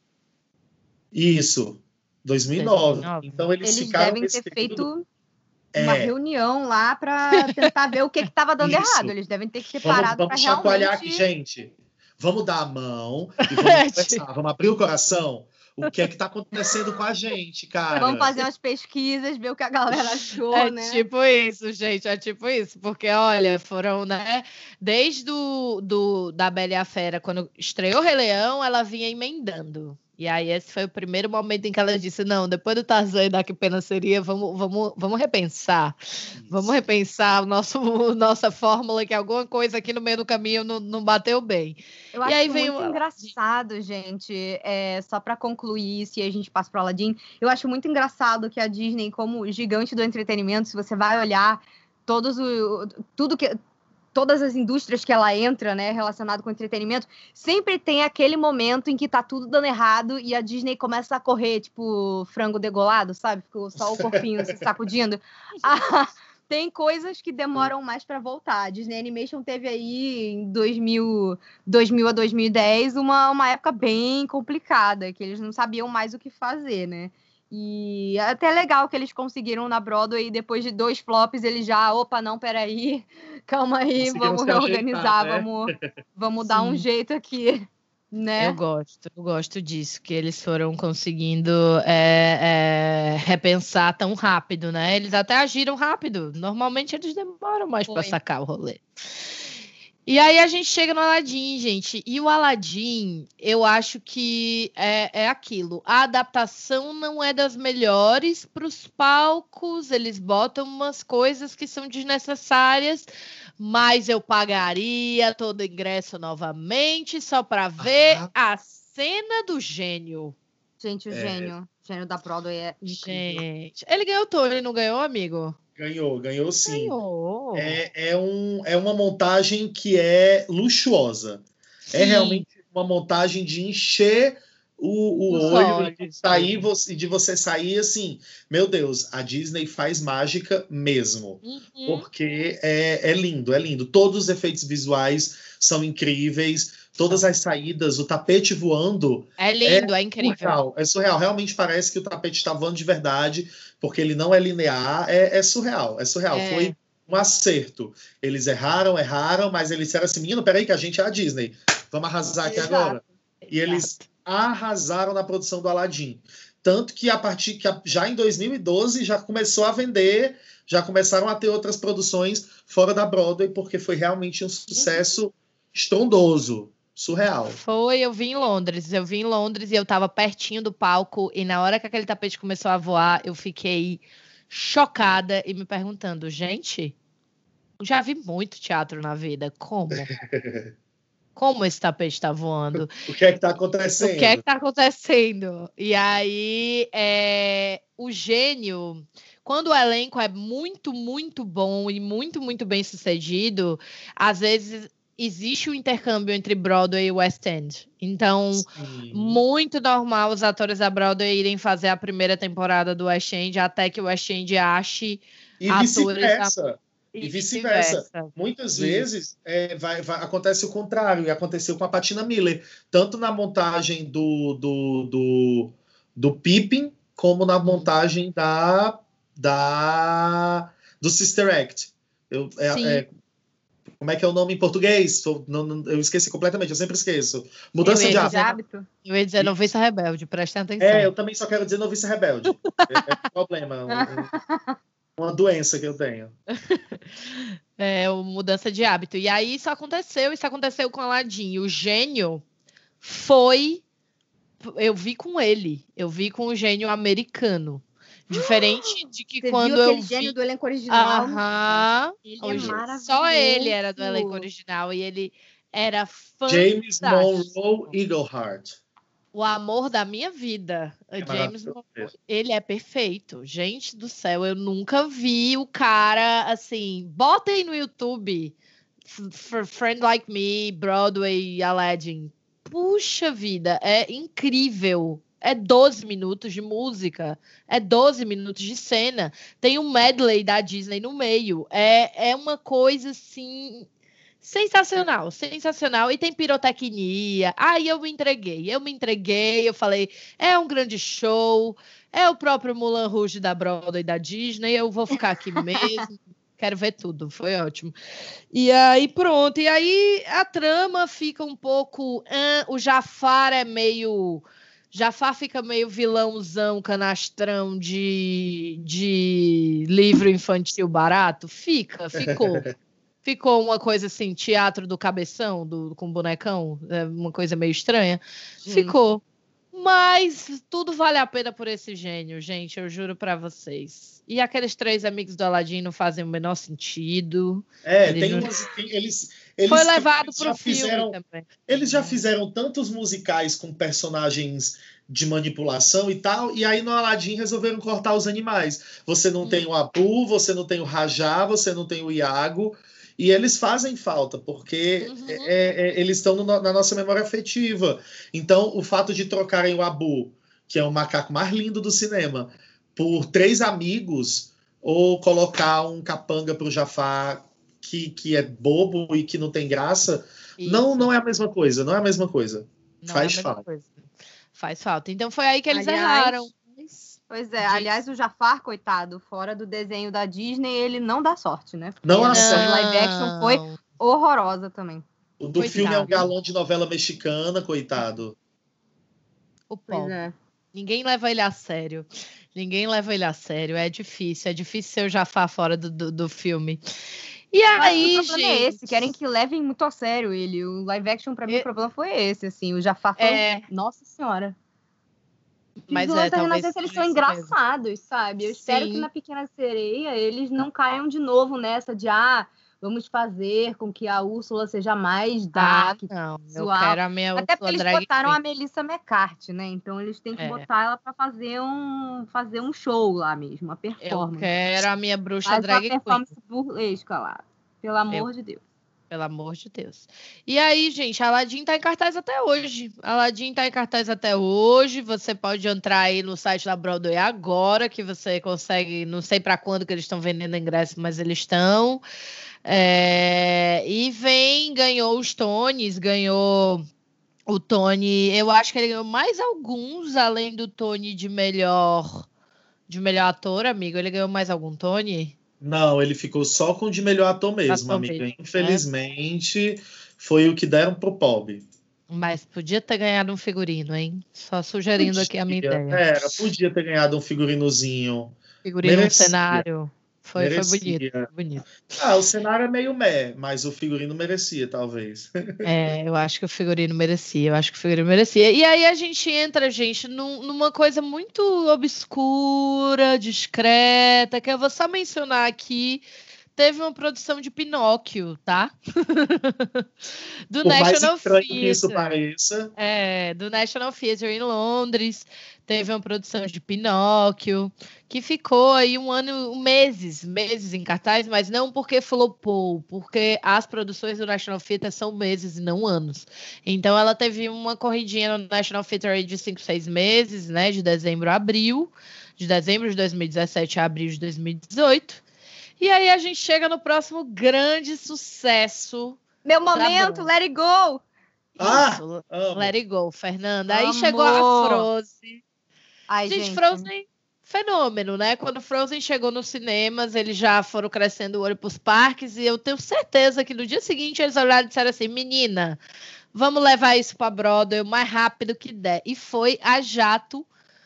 Isso, 2009. Então eles ficaram devem ter feito uma reunião lá para tentar ver o que estava dando errado. Eles devem ter separado para realmente... Vamos chacoalhar aqui, gente. Vamos dar a mão e vamos conversar. Vamos abrir o coração. O que é que está acontecendo com a gente, cara? Vamos fazer umas pesquisas, ver o que a galera achou, né? É tipo isso, gente. É tipo isso. Porque, olha, foram, né? Desde da Bela e a Fera, quando estreou o Rei Leão, ela vinha emendando. E aí esse foi o primeiro momento em que ela disse, não, depois do Tarzan e da Que Pena Seria, vamos repensar. Isso. Vamos repensar nossa fórmula, que alguma coisa aqui no meio do caminho não bateu bem. Eu acho muito engraçado, gente, só para concluir, se a gente passa para o Aladdin, eu acho muito engraçado que a Disney, como gigante do entretenimento, se você vai olhar todas as indústrias que ela entra, né, relacionado com entretenimento, sempre tem aquele momento em que tá tudo dando errado e a Disney começa a correr, tipo frango degolado, sabe? Ficou só o corpinho se sacudindo. Tem coisas que demoram mais para voltar. A Disney Animation teve aí, em 2000 a 2010, uma época bem complicada, que eles não sabiam mais o que fazer, né? E é até legal que eles conseguiram na Broadway, depois de 2 flops, eles já, opa, não, peraí, calma aí, vamos reorganizar, né? vamos dar um jeito aqui, né? Eu gosto disso, que eles foram conseguindo repensar tão rápido, né? Eles até agiram rápido, normalmente eles demoram mais para sacar o rolê. E aí a gente chega no Aladdin, gente. E o Aladdin, eu acho que é aquilo. A adaptação não é das melhores para os palcos. Eles botam umas coisas que são desnecessárias, mas eu pagaria todo o ingresso novamente só para ver a cena do gênio. Gente, o gênio da Broadway é incrível. Gente, ele ganhou o Tony, não ganhou, amigo? Ganhou sim. Ganhou. É uma montagem que é luxuosa. Sim. É realmente uma montagem de encher o olho e de você sair assim, meu Deus, a Disney faz mágica mesmo. Porque é lindo, é lindo. Todos os efeitos visuais são incríveis, todas as saídas, o tapete voando. É lindo, é incrível. É surreal. Realmente parece que o tapete está voando de verdade, porque ele não é linear. É surreal, é surreal. Foi um acerto. Eles erraram, mas eles disseram assim, menino, peraí que a gente é a Disney. Vamos arrasar aqui agora. E eles arrasaram na produção do Aladdin. Tanto que já em 2012 já começou a vender, já começaram a ter outras produções fora da Broadway, porque foi realmente um sucesso estrondoso. Surreal. Eu vi em Londres e eu tava pertinho do palco e na hora que aquele tapete começou a voar, eu fiquei chocada e me perguntando, gente, eu já vi muito teatro na vida, como? Como esse tapete tá voando? O que é que tá acontecendo? O que é que tá acontecendo? E aí, o gênio, quando o elenco é muito, muito bom e muito, muito bem sucedido, às vezes existe um intercâmbio entre Broadway e West End. Então, muito normal os atores da Broadway irem fazer a primeira temporada do West End até que o West End ache atores... E vice-versa. Muitas vezes acontece o contrário, e aconteceu com a Patina Miller, tanto na montagem do Pippin, como na montagem do Sister Act. Como é que é o nome em português? Eu esqueci completamente, eu sempre esqueço. Mudança de hábito. Eu ia dizer Noviça Rebelde, prestem atenção. Eu também só quero dizer Noviça Rebelde. É um problema. Uma doença que eu tenho. Mudança de hábito. E aí isso aconteceu com Aladdin. O gênio eu vi com ele. Eu vi com o gênio americano. Diferente de que quando viu aquele gênio do elenco original? Ele é maravilhoso. Só ele era do elenco original e ele era fantástico. James Monroe Iglehart. O amor da minha vida. James Monroe, ele é perfeito. Gente do céu, eu nunca vi o cara assim. Botem no YouTube Friend Like Me, Broadway, Aladdin. Puxa vida, é incrível. É 12 minutos de música, é 12 minutos de cena. Tem um medley da Disney no meio. É uma coisa assim sensacional, sensacional. E tem pirotecnia. Aí eu me entreguei, eu falei, é um grande show, é o próprio Moulin Rouge da Broadway da Disney, eu vou ficar aqui mesmo. Quero ver tudo, foi ótimo. E aí pronto, e aí a trama fica um pouco... o Jafar fica meio vilãozão, canastrão de livro infantil barato? Ficou. Ficou uma coisa assim, teatro do cabeção, com bonecão, uma coisa meio estranha. Ficou. Mas tudo vale a pena por esse gênio, gente, eu juro pra vocês. E aqueles 3 amigos do Aladdin não fazem o menor sentido. Eles foi levado pro filme também. Eles já fizeram tantos musicais com personagens de manipulação e tal, e aí no Aladdin resolveram cortar os animais. Você não tem o Abu, você não tem o Rajá, você não tem o Iago, e eles fazem falta, porque eles estão na nossa memória afetiva. Então, o fato de trocarem o Abu, que é o macaco mais lindo do cinema, por 3 amigos, ou colocar um capanga pro Jafar que é bobo e que não tem graça, não é a mesma coisa, não é a mesma coisa. Faz falta. Faz falta. Então foi aí que eles erraram. Pois é, aliás, o Jafar, coitado, fora do desenho da Disney, ele não dá sorte, né? Porque não a live action foi horrorosa também. O do filme é um galã de novela mexicana, coitado. O pobre. Ninguém leva ele a sério. É difícil ser o Jafar fora do filme. E aí, o problema é esse, querem que levem muito a sério ele. O live action, pra mim, o problema foi esse, assim. O Jafar foi... Nossa Senhora. Mas talvez eles são engraçados, sabe? Eu espero que na Pequena Sereia eles não caiam de novo nessa de vamos fazer com que a Úrsula seja mais dark, não, eu quero a minha Até porque Úrsula eles botaram a Melissa McCarthy, né? Então eles têm que botar ela pra fazer um show lá mesmo, uma performance. Eu quero a minha bruxa drag queen. Uma performance burlesca lá, pelo amor de Deus. Pelo amor de Deus. E aí, gente, Aladdin tá em cartaz até hoje. Você pode entrar aí no site da Broadway agora, que você consegue, não sei para quando que eles estão vendendo ingresso, mas eles estão. E ganhou os Tonys, ganhou o Tony, eu acho que ele ganhou mais alguns, além do Tony de melhor ator, amigo. Ele ganhou mais algum Tony? Não, ele ficou só com o de melhor ator mesmo, amiga. Infelizmente, foi o que deram pro Pob. Mas podia ter ganhado um figurino, hein? Só sugerindo aqui a minha ideia. Podia ter ganhado um figurinozinho. Um cenário. Foi bonito. O cenário é meio mas o figurino merecia, talvez. Eu acho que o figurino merecia. E aí a gente entra, gente, numa coisa muito obscura, discreta, que eu vou só mencionar aqui. Teve uma produção de Pinóquio, tá? Do Por National mais estranho Theatre. que isso pareça. Do National Theatre em Londres. Teve uma produção de Pinóquio, que ficou aí meses em cartaz, mas não porque flopou, porque as produções do National Theatre são meses e não anos. Então ela teve uma corridinha no National Theatre aí de 5, 6 meses, né? De dezembro a abril. De dezembro de 2017 a abril de 2018. E aí a gente chega no próximo grande sucesso. Meu momento, let it go! Let it go, Fernanda. Aí chegou a Frozen. Gente, Frozen, fenômeno, né? Quando Frozen chegou nos cinemas, eles já foram crescendo o olho pros parques, e eu tenho certeza que no dia seguinte eles olharam e disseram assim, menina, vamos levar isso pra Broadway o mais rápido que der. E foi a jato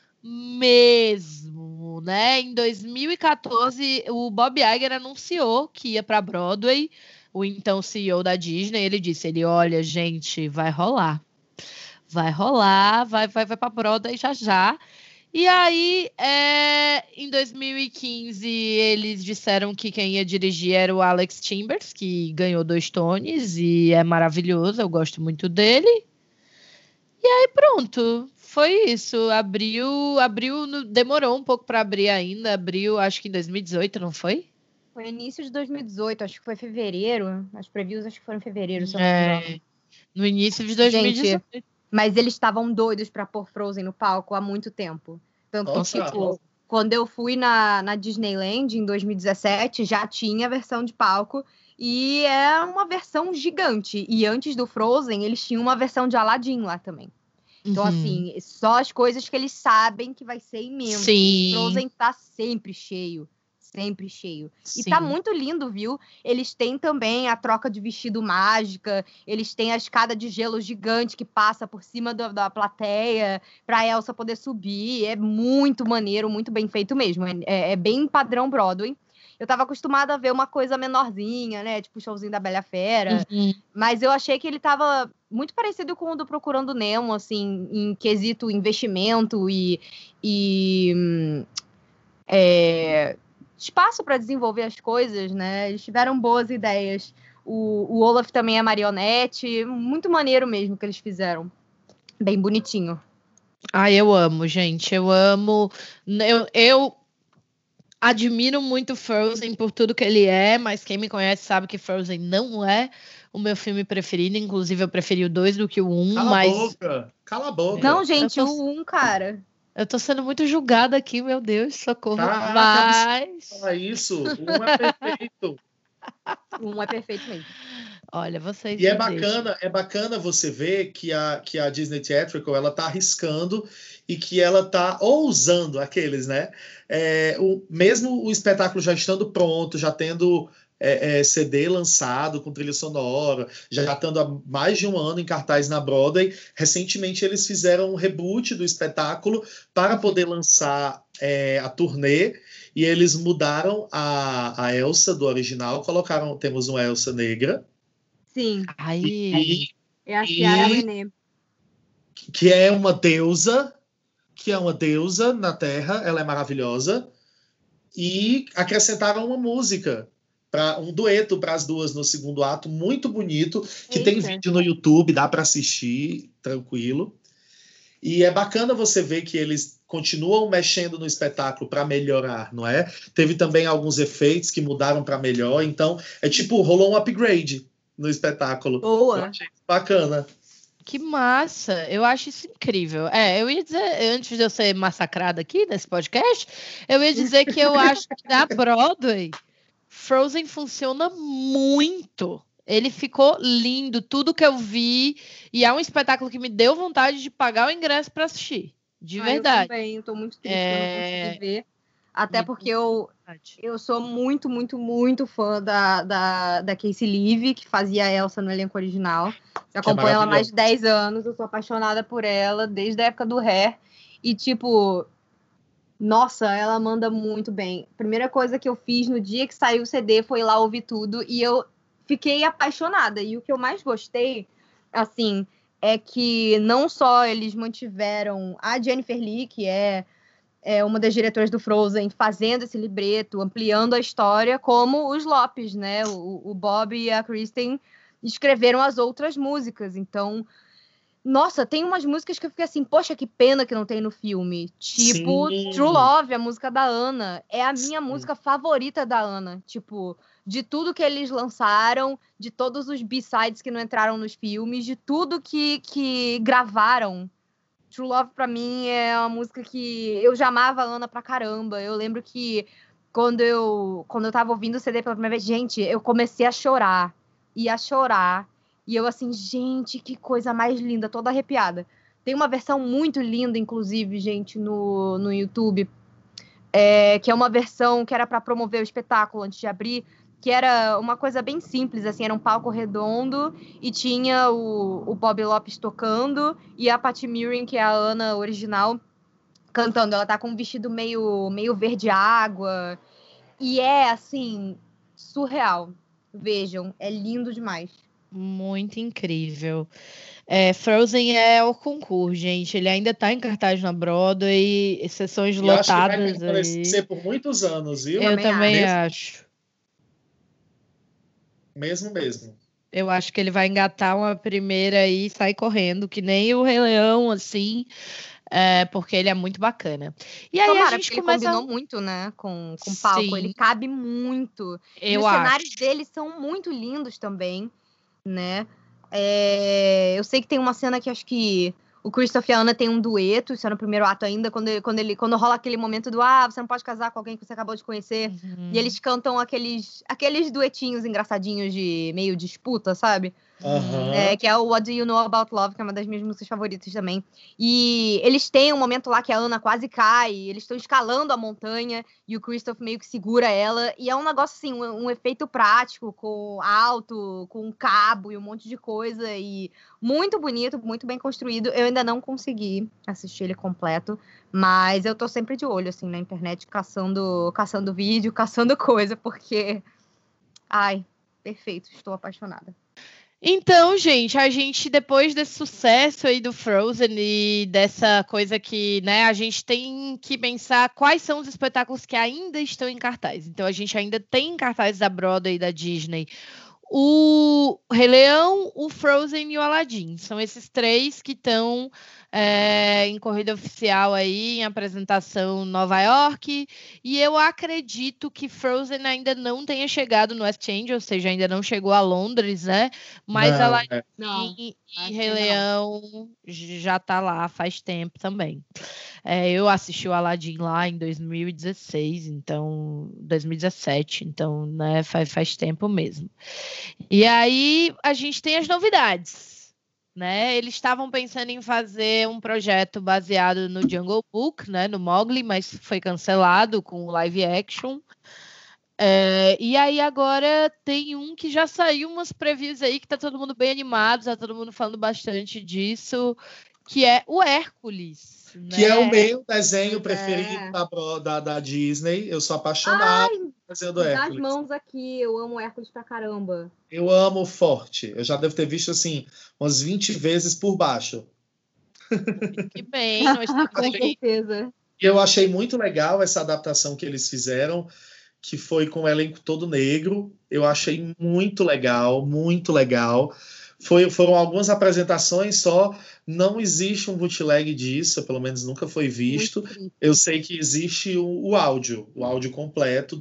mesmo, né? Em 2014, o Bob Iger anunciou que ia para Broadway, o então CEO da Disney, ele disse, olha, gente, vai rolar, vai para Broadway já. E aí, em 2015, eles disseram que quem ia dirigir era o Alex Timbers, que ganhou 2 Tonys e é maravilhoso, eu gosto muito dele. E aí, pronto. Foi isso, abriu, demorou um pouco para abrir ainda, abriu acho que em 2018, não foi? Foi início de 2018, acho que foi fevereiro, as previews acho que foram em fevereiro, se eu não me engano. No início de 2018. Gente, mas eles estavam doidos para pôr Frozen no palco há muito tempo. Tanto que, quando eu fui na Disneyland em 2017, já tinha a versão de palco, e é uma versão gigante. E antes do Frozen, eles tinham uma versão de Aladdin lá também. Então, assim, só as coisas que eles sabem que vai ser imenso. Sim. Frozen tá sempre cheio. Sempre cheio. Sim. E tá muito lindo, viu? Eles têm também a troca de vestido mágica, eles têm a escada de gelo gigante que passa por cima da plateia pra Elsa poder subir. É muito maneiro, muito bem feito mesmo. É bem padrão Broadway. eu tava acostumada a ver uma coisa menorzinha, né? Tipo o showzinho da Bela e a Fera. Mas eu achei que ele tava muito parecido com o do Procurando Nemo, assim, em quesito investimento e espaço para desenvolver as coisas, né? Eles tiveram boas ideias. O Olaf também é marionete. Muito maneiro mesmo que eles fizeram. Bem bonitinho. Eu amo, gente. Eu amo. Eu admiro muito Frozen por tudo que ele é, mas quem me conhece sabe que Frozen não é o meu filme preferido. Inclusive, eu preferi o 2 do que o 1. Cala a boca. Não, gente, o 1, cara. Eu tô sendo muito julgada aqui, meu Deus, socorro. Fala isso, o 1 é perfeito. O 1 é perfeito mesmo. Olha, vocês. E é bacana você ver que a Disney Theatrical, ela tá arriscando e que ela tá ousando aqueles, né? Mesmo o espetáculo já estando pronto, já tendo CD lançado com trilha sonora, já estando há mais de um ano em cartaz na Broadway, recentemente eles fizeram um reboot do espetáculo para poder lançar a turnê, e eles mudaram a Elsa do original, temos uma Elsa negra. Sim. É a Ciara René. Que é uma deusa na Terra, ela é maravilhosa, e acrescentaram uma música, um dueto para as duas no segundo ato, muito bonito, que tem vídeo no YouTube, dá para assistir, tranquilo. E é bacana você ver que eles continuam mexendo no espetáculo para melhorar, não é? Teve também alguns efeitos que mudaram para melhor, então rolou um upgrade no espetáculo. Boa. Eu achei bacana. Que massa, eu acho isso incrível. Eu ia dizer, antes de eu ser massacrada aqui nesse podcast, eu ia dizer que eu acho que na Broadway, Frozen funciona muito. Ele ficou lindo, tudo que eu vi, e é um espetáculo que me deu vontade de pagar o ingresso para assistir, de verdade. Eu também, eu tô muito triste que eu não consegui ver, até porque eu sou muito, muito, muito fã da Casey Levy, que fazia a Elsa no elenco original. Já acompanho ela há mais de 10 anos, eu sou apaixonada por ela desde a época do Hair, e nossa, ela manda muito bem. Primeira coisa que eu fiz no dia que saiu o CD foi ir lá ouvir tudo, e eu fiquei apaixonada. E o que eu mais gostei, assim, é que não só eles mantiveram a Jennifer Lee, que é uma das diretoras do Frozen, fazendo esse libreto, ampliando a história, como os Lopes, né? O Bob e a Kristen escreveram as outras músicas. Então, nossa, tem umas músicas que eu fiquei assim, poxa, que pena que não tem no filme. Tipo, Sim. True Love, a música da Ana. É a minha música favorita da Ana. Tipo, de tudo que eles lançaram, de todos os B-sides que não entraram nos filmes, de tudo que gravaram. True Love, pra mim, é uma música que eu já amava a Ana pra caramba. Eu lembro que quando eu tava ouvindo o CD pela primeira vez, gente, eu comecei a chorar. E a chorar. E eu assim, gente, que coisa mais linda, toda arrepiada. Tem uma versão muito linda, inclusive, gente, no YouTube, que é uma versão que era para promover o espetáculo antes de abrir, que era uma coisa bem simples, assim, era um palco redondo e tinha o Bob Lopes tocando e a Patty Murin, que é a Ana original, cantando. Ela tá com um vestido meio verde água e é, assim, surreal. Vejam, é lindo demais. Muito incrível. Frozen é o concurso, gente. Ele ainda tá em cartaz na Broadway, sessões lotadas. Acho que vai permanecer por muitos anos, viu? Eu também acho. Mesmo. Eu acho que ele vai engatar uma primeira e sair correndo, que nem o Rei Leão, assim, porque ele é muito bacana. E aí a gente começa... Ele combinou muito, né, com o palco. Sim. Ele cabe muito. E os cenários dele são muito lindos também, né? Eu sei que tem uma cena que acho que o Christoph e a Ana tem um dueto, isso é no primeiro ato ainda, quando rola aquele momento do você não pode casar com alguém que você acabou de conhecer, e eles cantam aqueles duetinhos engraçadinhos de meio disputa, sabe? Que é o What Do You Know About Love, que é uma das minhas músicas favoritas também. E eles têm um momento lá que a Ana quase cai, eles estão escalando a montanha e o Christoph meio que segura ela, e é um negócio assim, um efeito prático, com alto, com cabo e um monte de coisa, e muito bonito, muito bem construído. Eu ainda não consegui assistir ele completo, mas eu tô sempre de olho, assim, na internet, caçando vídeo, caçando coisa, porque... Ai, perfeito, estou apaixonada. Então, gente, a gente, depois desse sucesso aí do Frozen e dessa coisa que, né, a gente tem que pensar quais são os espetáculos que ainda estão em cartaz. Então, a gente ainda tem em cartaz da Broadway e da Disney o Rei Leão, o Frozen e o Aladdin. São esses 3 que estão em corrida oficial aí, em apresentação em Nova York. E eu acredito que Frozen ainda não tenha chegado no West End, ou seja, ainda não chegou a Londres, né? Mas Aladdin e Rei Leão já tá lá faz tempo também. Eu assisti o Aladdin lá em 2016, então 2017, então, né, faz tempo mesmo. E aí a gente tem as novidades, né? Eles estavam pensando em fazer um projeto baseado no Jungle Book, né, no Mowgli, mas foi cancelado com o live action. E aí agora tem um que já saiu umas previews aí que tá todo mundo bem animado, tá todo mundo falando bastante disso, que é o Hércules. Que é o meu desenho preferido da Disney. Eu sou apaixonado por desenho do Hércules. Das mãos aqui, eu amo Hércules pra caramba. Eu amo forte. Eu já devo ter visto assim umas 20 vezes por baixo. Que bem, nós com certeza. E eu achei muito legal essa adaptação que eles fizeram, que foi com o elenco todo negro. Eu achei muito legal, muito legal. Foram algumas apresentações só, não existe um bootleg disso, pelo menos nunca foi visto. Eu sei que existe o áudio completo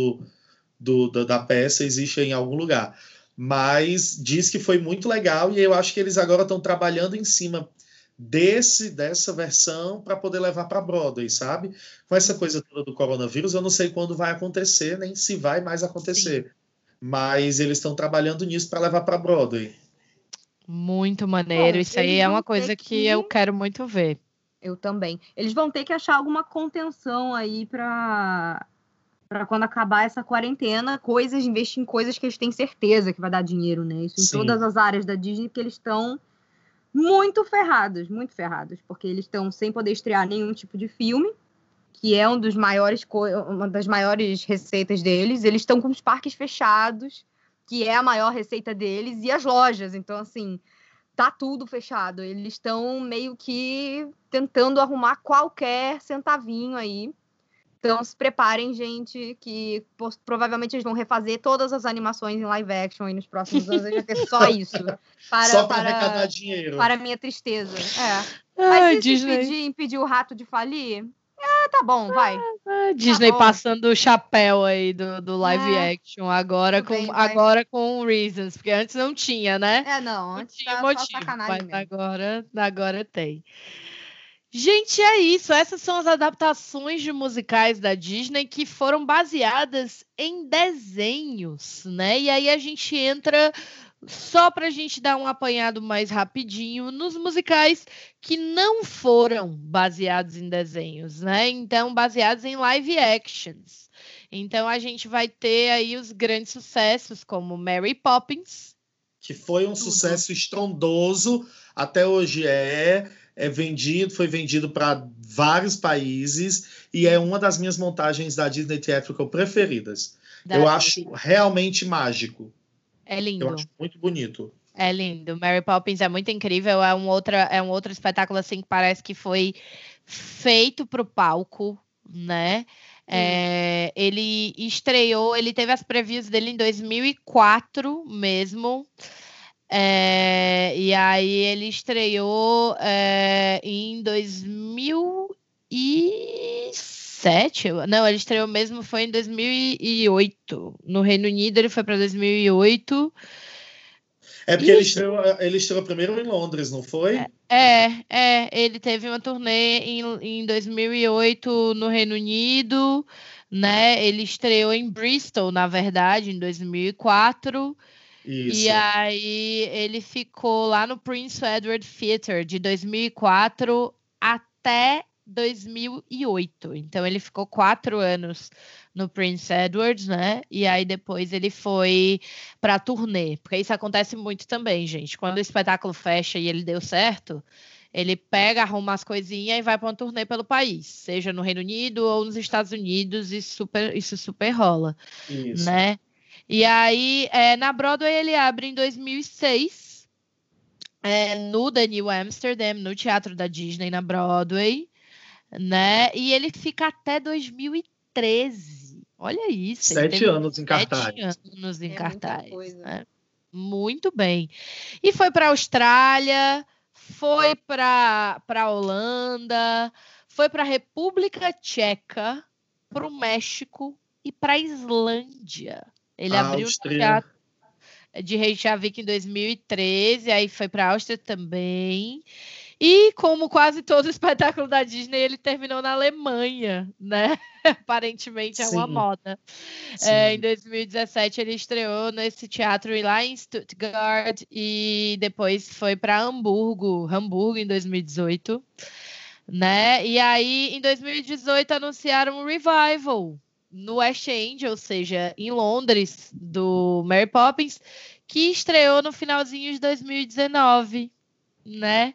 da peça, existe em algum lugar. Mas diz que foi muito legal e eu acho que eles agora estão trabalhando em cima dessa versão para poder levar para Broadway, sabe? Com essa coisa toda do coronavírus, eu não sei quando vai acontecer, nem se vai mais acontecer. Sim. Mas eles estão trabalhando nisso para levar para Broadway. Muito maneiro. Isso aí é uma coisa que eu quero muito ver. Eu também. Eles vão ter que achar alguma contenção aí para quando acabar essa quarentena, investir em coisas que eles têm certeza que vai dar dinheiro, né? Isso em todas as áreas da Disney, porque eles estão muito ferrados, porque eles estão sem poder estrear nenhum tipo de filme, que é uma das maiores receitas deles. Eles estão com os parques fechados, que é a maior receita deles, e as lojas. Então, assim, tá tudo fechado. Eles estão meio que tentando arrumar qualquer centavinho aí. Então, se preparem, gente, que provavelmente eles vão refazer todas as animações em live action aí nos próximos anos. Vai ter só isso. Só para arrecadar dinheiro. Para minha tristeza. Mas e se impedir o rato de falir? Tá bom, vai. Disney passando o chapéu aí do live action agora com Reasons, porque antes não tinha, né? Não, antes tinha motivo, sacanagem mas agora tem. Gente, é isso. Essas são as adaptações de musicais da Disney que foram baseadas em desenhos, né? E aí a gente entra, só para a gente dar um apanhado mais rapidinho, nos musicais que não foram baseados em desenhos, né? Então, baseados em live actions. Então, a gente vai ter aí os grandes sucessos, como Mary Poppins. Que foi um sucesso estrondoso, até hoje foi vendido para vários países e é uma das minhas montagens da Disney Theatrical preferidas. Eu acho realmente mágico. É lindo. Eu acho muito bonito. É lindo. Mary Poppins é muito incrível. É um outro espetáculo assim que parece que foi feito para o palco, né? Ele teve as previews dele em 2004 mesmo. E aí ele estreou em 2007. Não, ele estreou mesmo foi em 2008. No Reino Unido ele foi para 2008. Porque ele estreou primeiro em Londres, não foi? Ele teve uma turnê em 2008 no Reino Unido, né? Ele estreou em Bristol, na verdade, em 2004. Isso. E aí ele ficou lá no Prince Edward Theatre de 2004 até 2008. Então ele ficou 4 anos no Prince Edward, né? E aí depois ele foi para turnê, porque isso acontece muito também, gente. Quando o espetáculo fecha e ele deu certo, Ele pega, arruma as coisinhas e vai para uma turnê pelo país, seja no Reino Unido ou nos Estados Unidos, e isso super rola, Isso. né? E aí, na Broadway, ele abre em 2006, no The New Amsterdam, no Teatro da Disney, na Broadway, né? E ele fica até 2013. Olha isso. 7 anos em cartaz. 7 anos em cartaz. Muita coisa. Né? Muito bem. E foi para a Austrália, foi para a Holanda, foi para a República Tcheca, para o México e para a Islândia. Ele abriu no Teatro de Reykjavik em 2013, aí foi para a Áustria também. E, como quase todo espetáculo da Disney, ele terminou na Alemanha, né? Aparentemente é uma moda. Em 2017, ele estreou nesse teatro lá em Stuttgart e depois foi para Hamburgo em 2018, né? E aí, em 2018, anunciaram um revival no West End, ou seja, em Londres, do Mary Poppins, que estreou no finalzinho de 2019, né?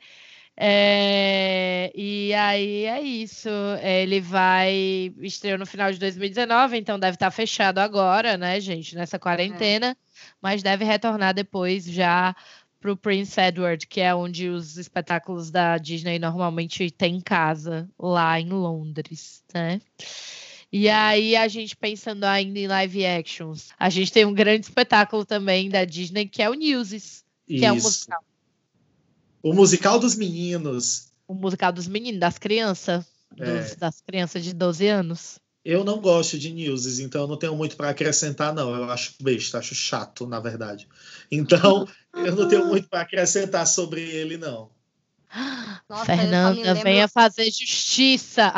E aí é isso. Ele estreou no final de 2019, então deve estar fechado agora, né, gente, nessa quarentena, mas deve retornar depois já para o Prince Edward, que é onde os espetáculos da Disney normalmente tem casa, lá em Londres, né? E aí, a gente pensando ainda em live actions, a gente tem um grande espetáculo também da Disney, que é o Newsies, que é um musical. O musical dos meninos. O musical dos meninos, das crianças, das crianças de 12 anos. Eu não gosto de Newsies, então eu não tenho muito para acrescentar, não. Eu acho besta, acho chato, na verdade. Então, eu não tenho muito para acrescentar sobre ele, não. Nossa, Fernanda, venha fazer justiça.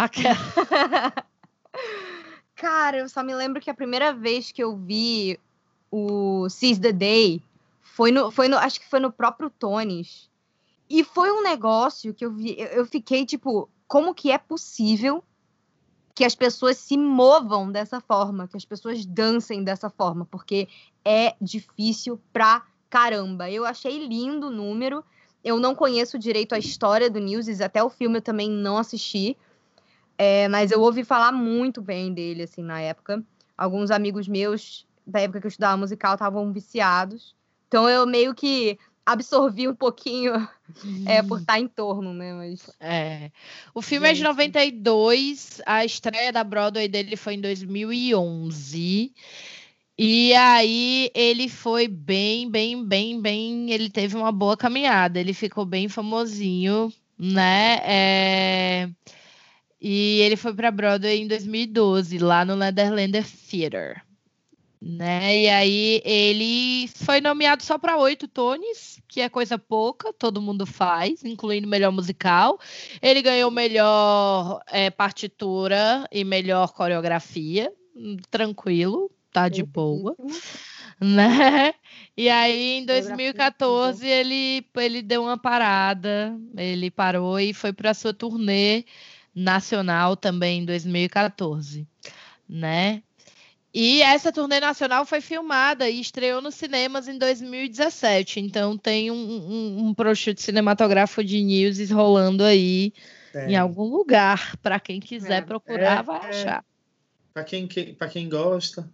Cara, eu só me lembro que a primeira vez que eu vi o Seize the Day acho que foi no próprio Tony's. E foi um negócio que eu fiquei tipo, como que é possível que as pessoas se movam dessa forma, que as pessoas dancem dessa forma, porque é difícil pra caramba. Eu achei lindo o número, eu não conheço direito a história do Newsies, até o filme eu também não assisti, mas eu ouvi falar muito bem dele, assim, na época. Alguns amigos meus, da época que eu estudava musical, estavam viciados, então eu meio que absorvi um pouquinho por estar em torno, né? Mas... O filme é de 92, a estreia da Broadway dele foi em 2011, e aí ele foi bem, ele teve uma boa caminhada, ele ficou bem famosinho, né? E ele foi para Broadway em 2012, lá no Nederlander Theatre. Né? E aí ele foi nomeado só para 8 Tonys, que é coisa pouca, todo mundo faz, incluindo melhor musical. Ele ganhou melhor partitura e melhor coreografia, tranquilo, tá de boa, né? E aí em 2014 ele deu uma parada, ele parou e foi para sua turnê nacional também em 2014, né? E essa turnê nacional foi filmada e estreou nos cinemas em 2017. Então tem um prosciutto cinematográfico de Newsies rolando aí em algum lugar. Para quem quiser procurar, vai achar. Para quem gosta.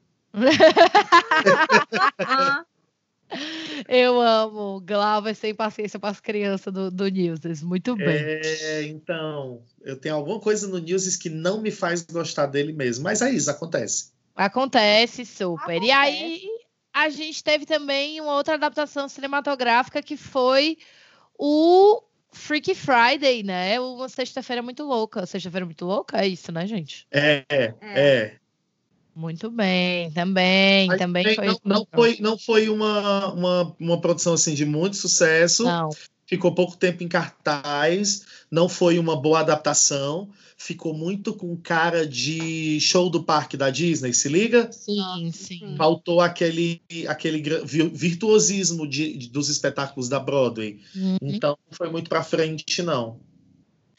Eu amo. Glauber sem paciência para as crianças do Newsies. Muito bem. Então, eu tenho alguma coisa no Newsies que não me faz gostar dele mesmo. Mas é isso, acontece. Acontece super. E aí a gente teve também uma outra adaptação cinematográfica que foi o Freaky Friday, né? Uma sexta-feira muito louca. Sexta-feira muito louca? É isso, né, gente? Muito bem, também foi. Não foi uma produção assim de muito sucesso. Não. Ficou pouco tempo em cartaz, não foi uma boa adaptação, ficou muito com cara de show do parque da Disney, se liga? Sim. Faltou aquele virtuosismo dos espetáculos da Broadway. Então, não foi muito para frente, não.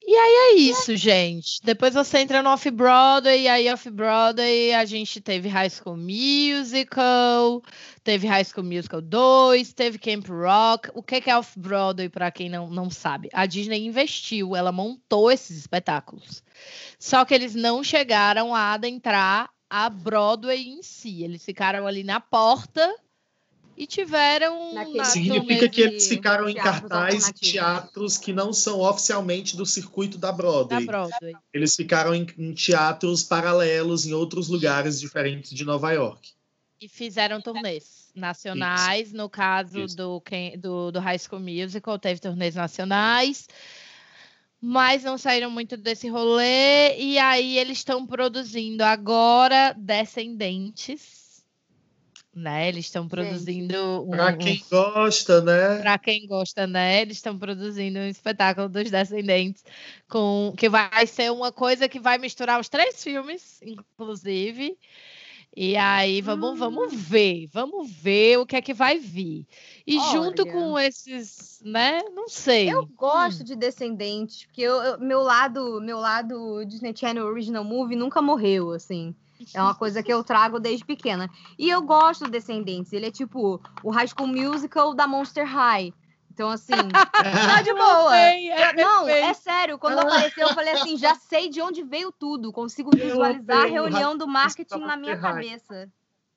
E aí é isso, gente. Depois você entra no Off-Broadway, e aí Off-Broadway a gente teve High School Musical, teve High School Musical 2, teve Camp Rock. O que é Off-Broadway, para quem não sabe? A Disney investiu, ela montou esses espetáculos. Só que eles não chegaram a adentrar a Broadway em si. Eles ficaram ali na porta e tiveram... Significa que eles ficaram em cartaz em teatros que não são oficialmente do circuito da Broadway. Eles ficaram em teatros paralelos em outros lugares diferentes de Nova York. E fizeram turnês nacionais. Isso. No caso do High School Musical, teve turnês nacionais. Mas não saíram muito desse rolê. E aí eles estão produzindo agora Descendentes. Né? Eles estão produzindo... Para quem gosta, né? Para quem gosta, né? Eles estão produzindo um espetáculo dos Descendentes, que vai ser uma coisa que vai misturar os 3 filmes, inclusive. E aí, vamos ver o que é que vai vir. E junto com esses, né? Não sei. Eu gosto de Descendentes, porque meu lado Disney Channel Original Movie nunca morreu, assim. É uma coisa que eu trago desde pequena. E eu gosto do Descendentes. Ele é tipo o High School Musical da Monster High. Então, assim, tá de boa. Não, é sério. Quando apareceu, eu falei assim, já sei de onde veio tudo. Consigo visualizar a reunião do marketing na minha cabeça.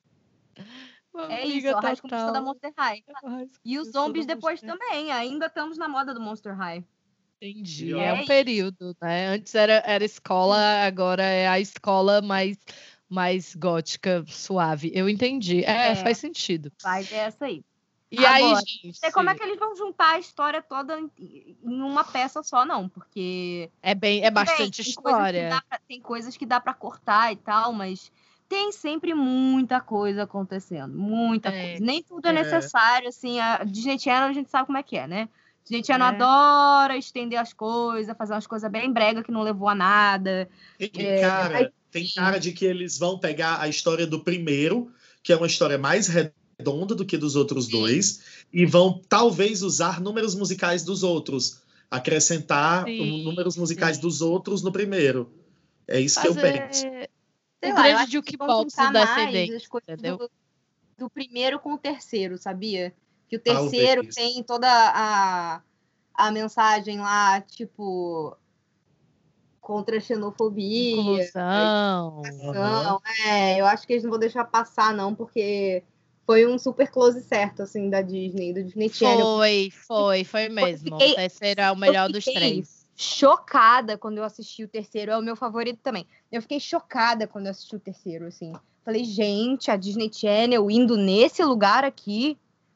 É isso, o High School Musical da Monster High. E os zombies depois também. Ainda estamos na moda do Monster High. Entendi. É um período, né? Antes era escola, agora é a escola mais gótica, suave. Eu entendi. Faz sentido. Faz essa aí. E agora, aí, gente... Não sei como é que eles vão juntar a história toda em uma peça só, não. Porque... É bastante história. Tem coisas que dá pra cortar e tal, mas... Tem sempre muita coisa acontecendo. Muita coisa. Nem tudo é necessário, assim. A Disney Channel, a gente sabe como é que é, né? A gente adora estender as coisas, fazer umas coisas bem brega que não levou a nada. Tem cara de que eles vão pegar a história do primeiro, que é uma história mais redonda do que dos outros dois, e vão talvez usar números musicais dos outros, acrescentar números musicais dos outros no primeiro. É isso que eu penso. Sei lá, eu acho que vão juntar mais as coisas do primeiro com o terceiro, sabia? Que o terceiro tem toda a mensagem lá, tipo, contra a xenofobia. Inclusão. Eu acho que eles não vão deixar passar, não, porque foi um super close certo, assim, da Disney, do Disney Channel. Foi mesmo. O terceiro é o melhor dos 3. Chocada quando eu assisti o terceiro, é o meu favorito também. Eu fiquei chocada quando eu assisti o terceiro, assim. Falei, gente, a Disney Channel indo nesse lugar aqui.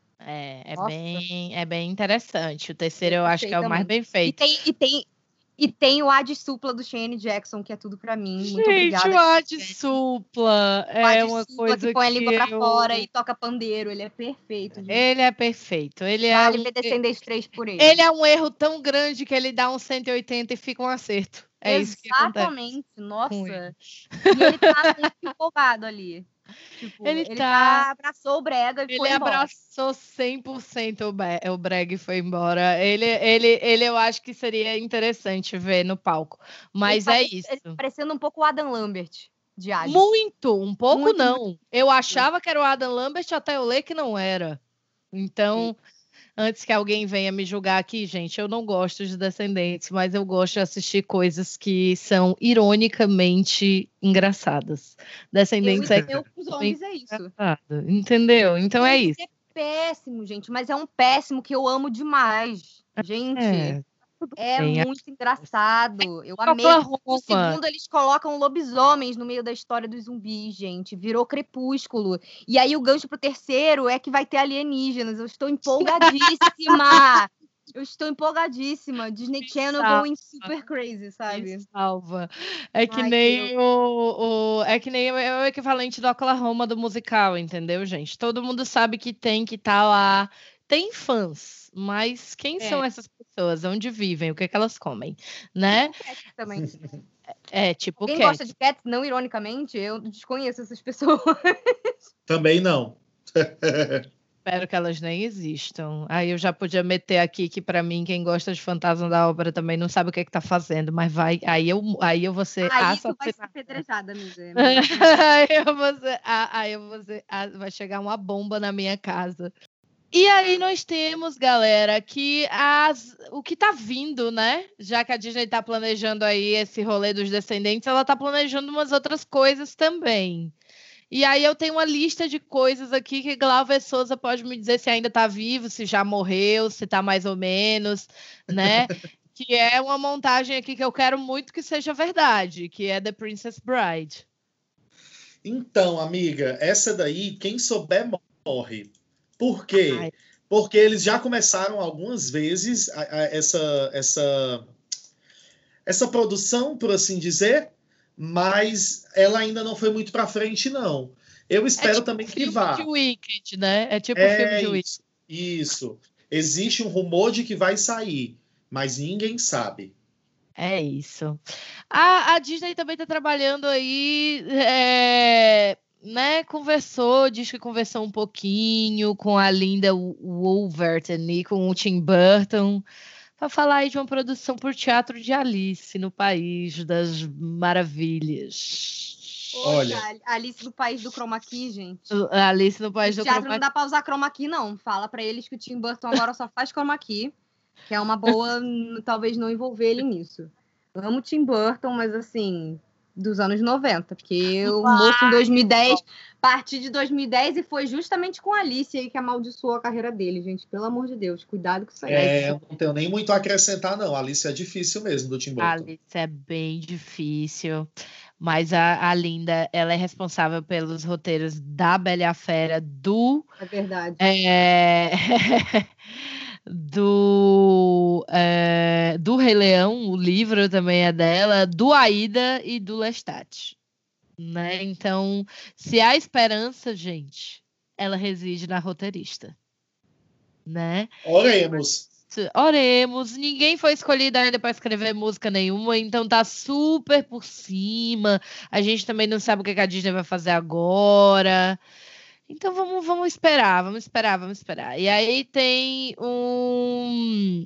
É bem interessante. O terceiro eu acho que é o mais bem feito. E tem o Ad Supla do Shane Jackson, que é tudo pra mim. Muito gente, obrigada. O Ad Supla é uma coisa que põe a língua pra fora e toca pandeiro. Ele é perfeito, gente. Ele é perfeito. Ele vale ver Descendentes 3 por ele. Ele é um erro tão grande que ele dá um 180 e fica um acerto. É isso que acontece. Exatamente. Nossa. E ele tá muito empolgado ali. Tipo, ele abraçou o brega e foi embora. Ele abraçou 100% o brega e foi embora. Ele eu acho que seria interessante ver no palco. Mas isso. Ele parecendo um pouco o Adam Lambert de Hades. Um pouco não. Eu achava que era o Adam Lambert até eu ler que não era. Então... Antes que alguém venha me julgar aqui, gente, eu não gosto de Descendentes, mas eu gosto de assistir coisas que são ironicamente engraçadas. Descendentes os zombies é isso. Entendeu? Então é isso. É péssimo, gente, mas é um péssimo que eu amo demais. Gente, muito engraçado. Eu amei. No segundo, eles colocam lobisomens no meio da história dos zumbis, gente. Virou Crepúsculo. E aí, o gancho pro terceiro é que vai ter alienígenas. Eu estou empolgadíssima. Disney Channel going super crazy, sabe? Salva. É que nem é que nem o equivalente do Oklahoma do musical, entendeu, gente? Todo mundo sabe que tem que estar lá. Tem fãs, mas quem são essas pessoas? Onde vivem? O que é que elas comem? Né? Também. Tipo Quem gosta de Cats, não ironicamente, eu desconheço essas pessoas. Também não. espero que elas nem existam. Aí eu já podia meter aqui que, pra mim, quem gosta de Fantasma da Ópera também não sabe o que é que tá fazendo, mas vai. Aí eu vou ser Aí tu vai ser apedrejada, amiga. aí eu vou ser. Vai chegar uma bomba na minha casa. E aí nós temos, galera, que o que tá vindo, né? Já que a Disney tá planejando aí esse rolê dos Descendentes, ela tá planejando umas outras coisas também. E aí eu tenho uma lista de coisas aqui que Glauber Souza pode me dizer se ainda tá vivo, se já morreu, se tá mais ou menos, né? Que é uma montagem aqui que eu quero muito que seja verdade, que é The Princess Bride. Então, essa daí, quem souber morre. Por quê? Ai. Porque eles já começaram algumas vezes essa produção, por assim dizer, mas ela ainda não foi muito para frente, não. Eu espero tipo também que vá. É tipo filme de Wicked, né? É tipo filme de Wicked. Isso. Existe um rumor de que vai sair, mas ninguém sabe. É isso. A Disney também está trabalhando aí, né? Diz que conversou um pouquinho com a Linda Woolverton e com o Tim Burton para falar aí de uma produção por teatro de Alice no País das Maravilhas. Olha, Alice no País do Chroma Key, gente. Alice no País do Chroma Key. Teatro não dá para usar Chroma Key, não. Fala para eles que o Tim Burton agora só faz Chroma Key, que é uma boa, talvez não envolver ele nisso. Eu amo Tim Burton, mas assim, dos anos 90, porque o moço em 2010, a partir de 2010, e foi justamente com a Alice aí que amaldiçoou a carreira dele, gente. Pelo amor de Deus, cuidado com isso aí. Eu não tenho nem muito a acrescentar, não. A Alice é difícil mesmo, do Tim Burton. A Alice é bem difícil, mas a Linda, ela é responsável pelos roteiros da Bela e a Fera, É verdade. Do Rei Leão, o livro também é dela, do Aida e do Lestat, né? Então, se há esperança, gente, ela reside na roteirista, né? Oremos, ninguém foi escolhido ainda para escrever música nenhuma, então tá super por cima. A gente também não sabe o que a Disney vai fazer agora. Então vamos esperar. E aí tem um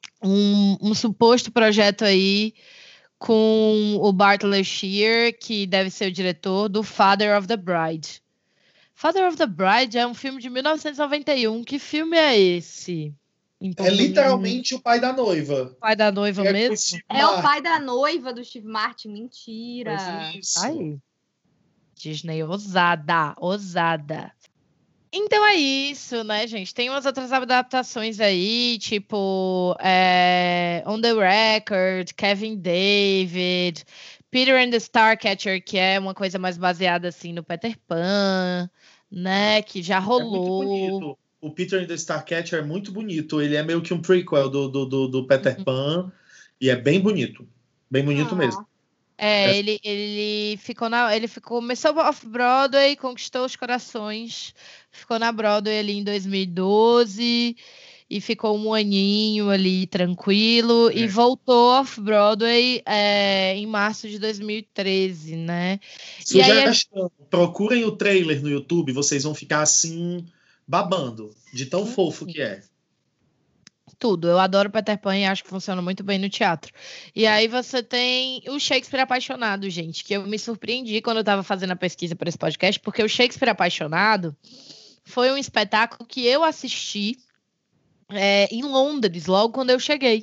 suposto projeto aí com o Bartlett Shear, que deve ser o diretor do Father of the Bride. Father of the Bride é um filme de 1991. Que filme é esse? Então, é literalmente o pai da noiva. O pai da noiva mesmo? É o pai da noiva do Steve Martin. Mentira. Isso. Aí. Disney ousada. Então é isso, né, gente? Tem umas outras adaptações aí, tipo On the Record, Kevin David, Peter and the Starcatcher, que é uma coisa mais baseada assim no Peter Pan, né? Que já rolou. É muito bonito. O Peter and the Starcatcher é muito bonito. Ele é meio que um prequel do Peter Pan e é bem bonito. Bem bonito mesmo. Ele começou off-Broadway, conquistou os corações, ficou na Broadway ali em 2012 e ficou um aninho ali tranquilo e voltou off-Broadway em março de 2013, né? Sugestão, procurem o trailer no YouTube, vocês vão ficar assim babando, de tão fofo que é. Tudo. Eu adoro Peter Pan e acho que funciona muito bem no teatro. E aí você tem o Shakespeare Apaixonado, gente, que eu me surpreendi quando eu estava fazendo a pesquisa para esse podcast, porque o Shakespeare Apaixonado foi um espetáculo que eu assisti em Londres, logo quando eu cheguei.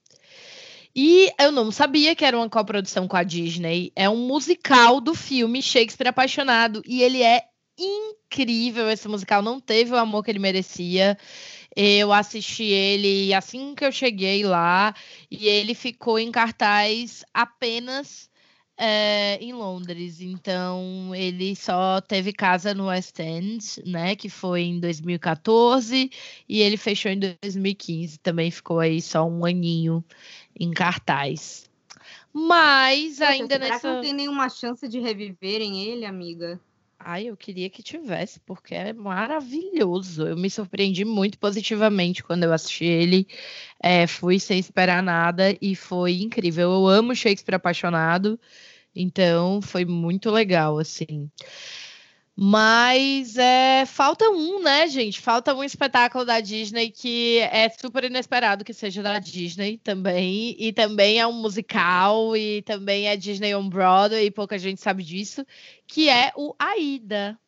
E eu não sabia que era uma coprodução com a Disney. É um musical do filme Shakespeare Apaixonado. E ele é incrível, esse musical. Não teve o amor que ele merecia. Eu assisti ele assim que eu cheguei lá e ele ficou em cartaz apenas em Londres. Então, ele só teve casa no West End, né, que foi em 2014, e ele fechou em 2015. Também ficou aí só um aninho em cartaz. Mas ainda será que não tem nenhuma chance de reviverem ele, amiga? Ai, eu queria que tivesse, porque é maravilhoso. Eu me surpreendi muito positivamente quando eu assisti ele. Fui sem esperar nada e foi incrível. Eu amo Shakespeare Apaixonado, então foi muito legal, assim. Mas falta um, né, gente? Falta um espetáculo da Disney que é super inesperado que seja da Disney também. E também é um musical, e também é Disney on Broadway, e pouca gente sabe disso, que é o Aida.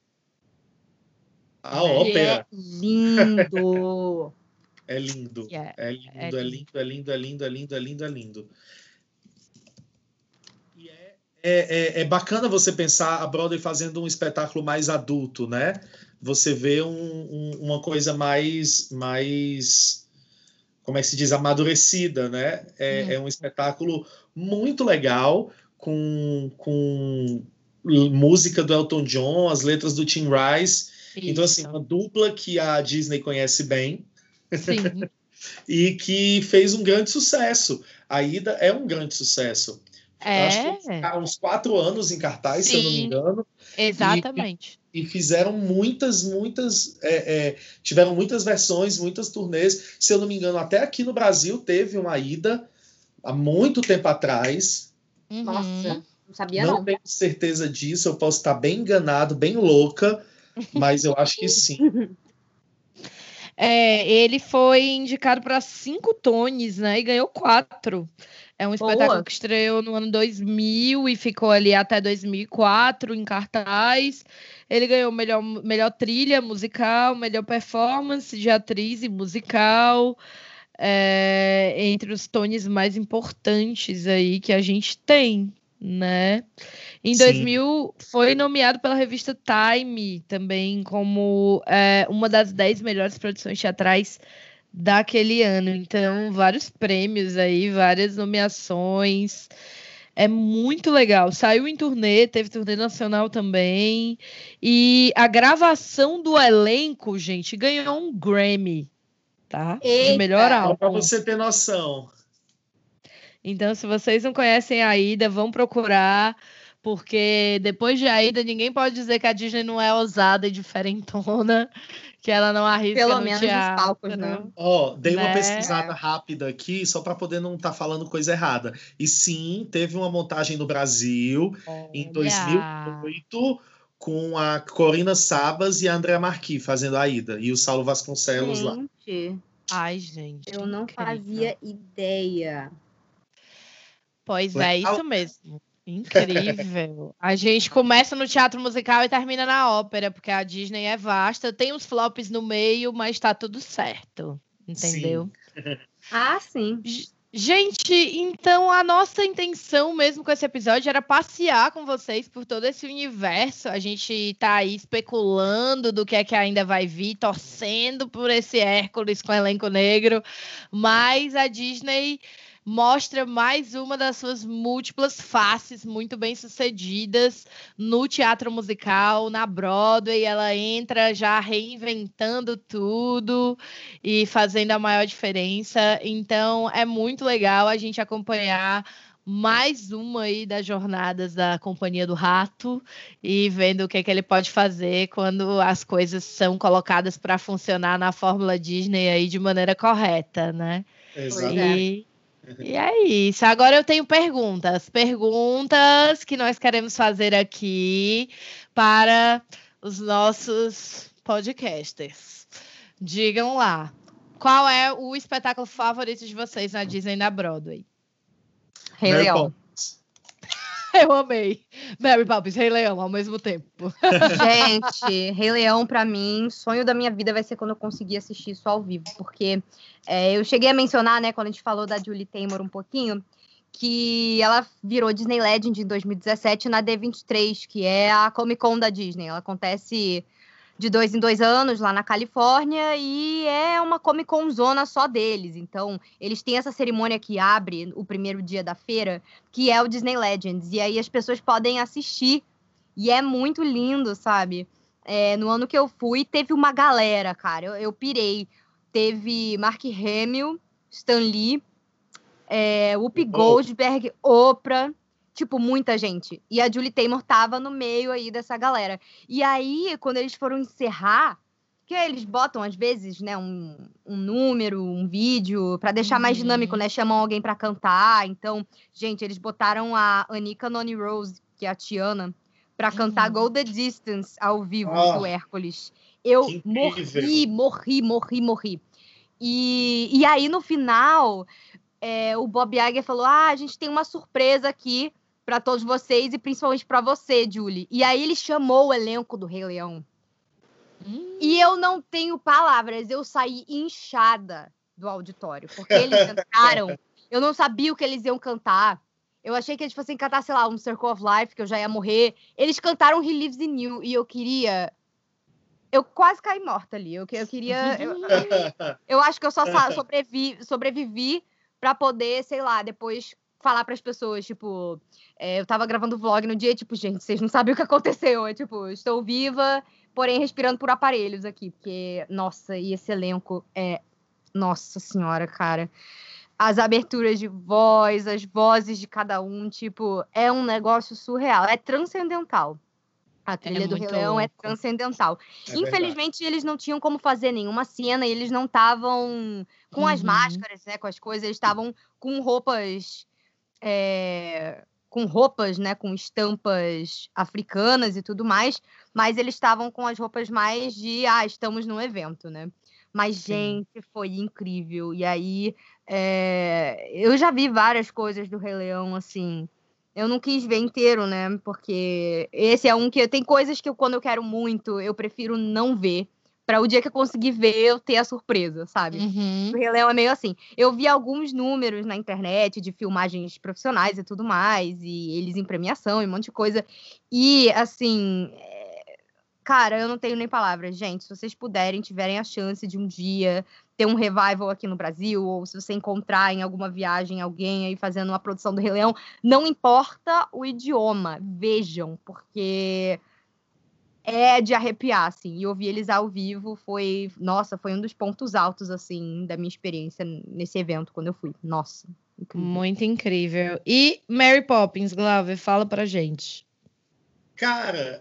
A ópera. É lindo! É lindo. É lindo, é lindo, é lindo, é lindo, é lindo, é lindo, é lindo. E é bacana você pensar a Broadway fazendo um espetáculo mais adulto, né? Você vê uma coisa mais, como é que se diz, amadurecida, né? É um espetáculo muito legal, com música do Elton John, as letras do Tim Rice. Isso. Então, assim, uma dupla que a Disney conhece bem. Sim. E que fez um grande sucesso. A Ida é um grande sucesso. Acho que ficaram uns 4 anos em cartaz, se eu não me engano. Exatamente. E fizeram muitas tiveram muitas versões, muitas turnês. Se eu não me engano, até aqui no Brasil teve uma Ida há muito tempo atrás. Nossa, não sabia não. Não tenho certeza disso, eu posso estar bem enganado, bem louca, mas eu acho que sim. Ele foi indicado para 5 Tonys, né? E ganhou 4. É um espetáculo que estreou no ano 2000 e ficou ali até 2004 em cartaz. Ele ganhou melhor trilha musical, melhor performance de atriz e musical, entre os Tonys mais importantes aí que a gente tem, né? Em 2000 foi nomeado pela revista Time também como uma das 10 melhores produções teatrais daquele ano. Então, vários prêmios aí, várias nomeações. É muito legal. Saiu em turnê, teve turnê nacional também. E a gravação do elenco, gente, ganhou um Grammy, tá? Eita. De melhor álbum. Para você ter noção. Então, se vocês não conhecem a Aida, vão procurar, porque depois de Aida, ninguém pode dizer que a Disney não é ousada e diferentona, que ela não arrisca pelo no menos teatro. nos palcos, né? Dei uma pesquisada rápida aqui, só para poder não estar falando coisa errada. E sim, teve uma montagem no Brasil em 2008 com a Corina Sabas e a Andrea Marquis fazendo a Aida, e o Saulo Vasconcelos lá. Ai, gente. Eu não fazia ideia. Pois é, isso mesmo. Incrível. A gente começa no teatro musical e termina na ópera, porque a Disney é vasta, tem uns flops no meio, mas tá tudo certo. Entendeu? Sim. Gente, então a nossa intenção mesmo com esse episódio era passear com vocês por todo esse universo. A gente tá aí especulando do que é que ainda vai vir, torcendo por esse Hércules com elenco negro, mas a Disney mostra mais uma das suas múltiplas faces muito bem sucedidas no teatro musical, na Broadway. Ela entra já reinventando tudo e fazendo a maior diferença. Então é muito legal a gente acompanhar mais uma aí das jornadas da Companhia do Rato e vendo o que é que ele pode fazer quando as coisas são colocadas para funcionar na fórmula Disney aí de maneira correta, né? Exatamente. E é isso. Agora eu tenho perguntas que nós queremos fazer aqui para os nossos podcasters. Digam lá, qual é o espetáculo favorito de vocês na Disney e na Broadway? Rei Leão. Eu amei. Mary Poppins, Rei Leão ao mesmo tempo. Gente, Rei Leão, pra mim, sonho da minha vida vai ser quando eu conseguir assistir isso ao vivo. Porque eu cheguei a mencionar, né, quando a gente falou da Julie Taymor um pouquinho, que ela virou Disney Legend em 2017 na D23, que é a Comic Con da Disney. Ela acontece de 2 em 2 anos lá na Califórnia e é uma Comic Con zona só deles. Então, eles têm essa cerimônia que abre o primeiro dia da feira, que é o Disney Legends. E aí as pessoas podem assistir. E é muito lindo, sabe? No ano que eu fui, teve uma galera, cara. Eu pirei. Teve Mark Hamill, Stan Lee, Whoopi Goldberg, Oprah... Tipo, muita gente. E a Julie Taymor tava no meio aí dessa galera. E aí, quando eles foram encerrar, que eles botam, às vezes, né, um número, um vídeo, pra deixar mais dinâmico, né? Chamam alguém pra cantar. Então, gente, eles botaram a Anika Noni Rose, que é a Tiana, para cantar Go the Distance ao vivo do Hércules. Eu morri. E aí, no final, o Bob Iger falou, a gente tem uma surpresa aqui para todos vocês e principalmente para você, Julie. E aí ele chamou o elenco do Rei Leão. E eu não tenho palavras, eu saí inchada do auditório, porque eles cantaram, eu não sabia o que eles iam cantar. Eu achei que eles fossem cantar, sei lá, um Circle of Life, que eu já ia morrer. Eles cantaram He Lives in You, e eu queria... Eu quase caí morta ali. Eu queria... Eu acho que eu só sobrevivi pra poder, sei lá, depois falar pras pessoas, tipo... eu tava gravando vlog no dia, tipo, gente, vocês não sabem o que aconteceu. Estou viva, porém respirando por aparelhos aqui. Porque, nossa, e esse elenco é... Nossa senhora, cara... As aberturas de voz, as vozes de cada um, é um negócio surreal. É transcendental. A trilha do Rei Leão é transcendental. Infelizmente, eles não tinham como fazer nenhuma cena e eles não estavam com as máscaras, né, com as coisas. Eles estavam com roupas... né, com estampas africanas e tudo mais. Mas eles estavam com as roupas mais de... estamos num evento, né? Mas, gente, foi incrível. E aí, eu já vi várias coisas do Rei Leão, assim. Eu não quis ver inteiro, né? Porque esse é um que... Tem coisas que quando eu quero muito, eu prefiro não ver. Pra o dia que eu conseguir ver, eu ter a surpresa, sabe? O Rei Leão é meio assim. Eu vi alguns números na internet de filmagens profissionais e tudo mais. E eles em premiação e um monte de coisa. E, assim... Cara, eu não tenho nem palavras. Gente, se vocês puderem, tiverem a chance de um dia ter um revival aqui no Brasil, ou se você encontrar em alguma viagem alguém aí fazendo uma produção do Rei Leão, não importa o idioma, vejam, porque é de arrepiar, assim. E ouvir eles ao vivo foi um dos pontos altos, assim, da minha experiência nesse evento, quando eu fui. Nossa, incrível. Muito incrível. E Mary Poppins, Glauber, fala pra gente. Cara,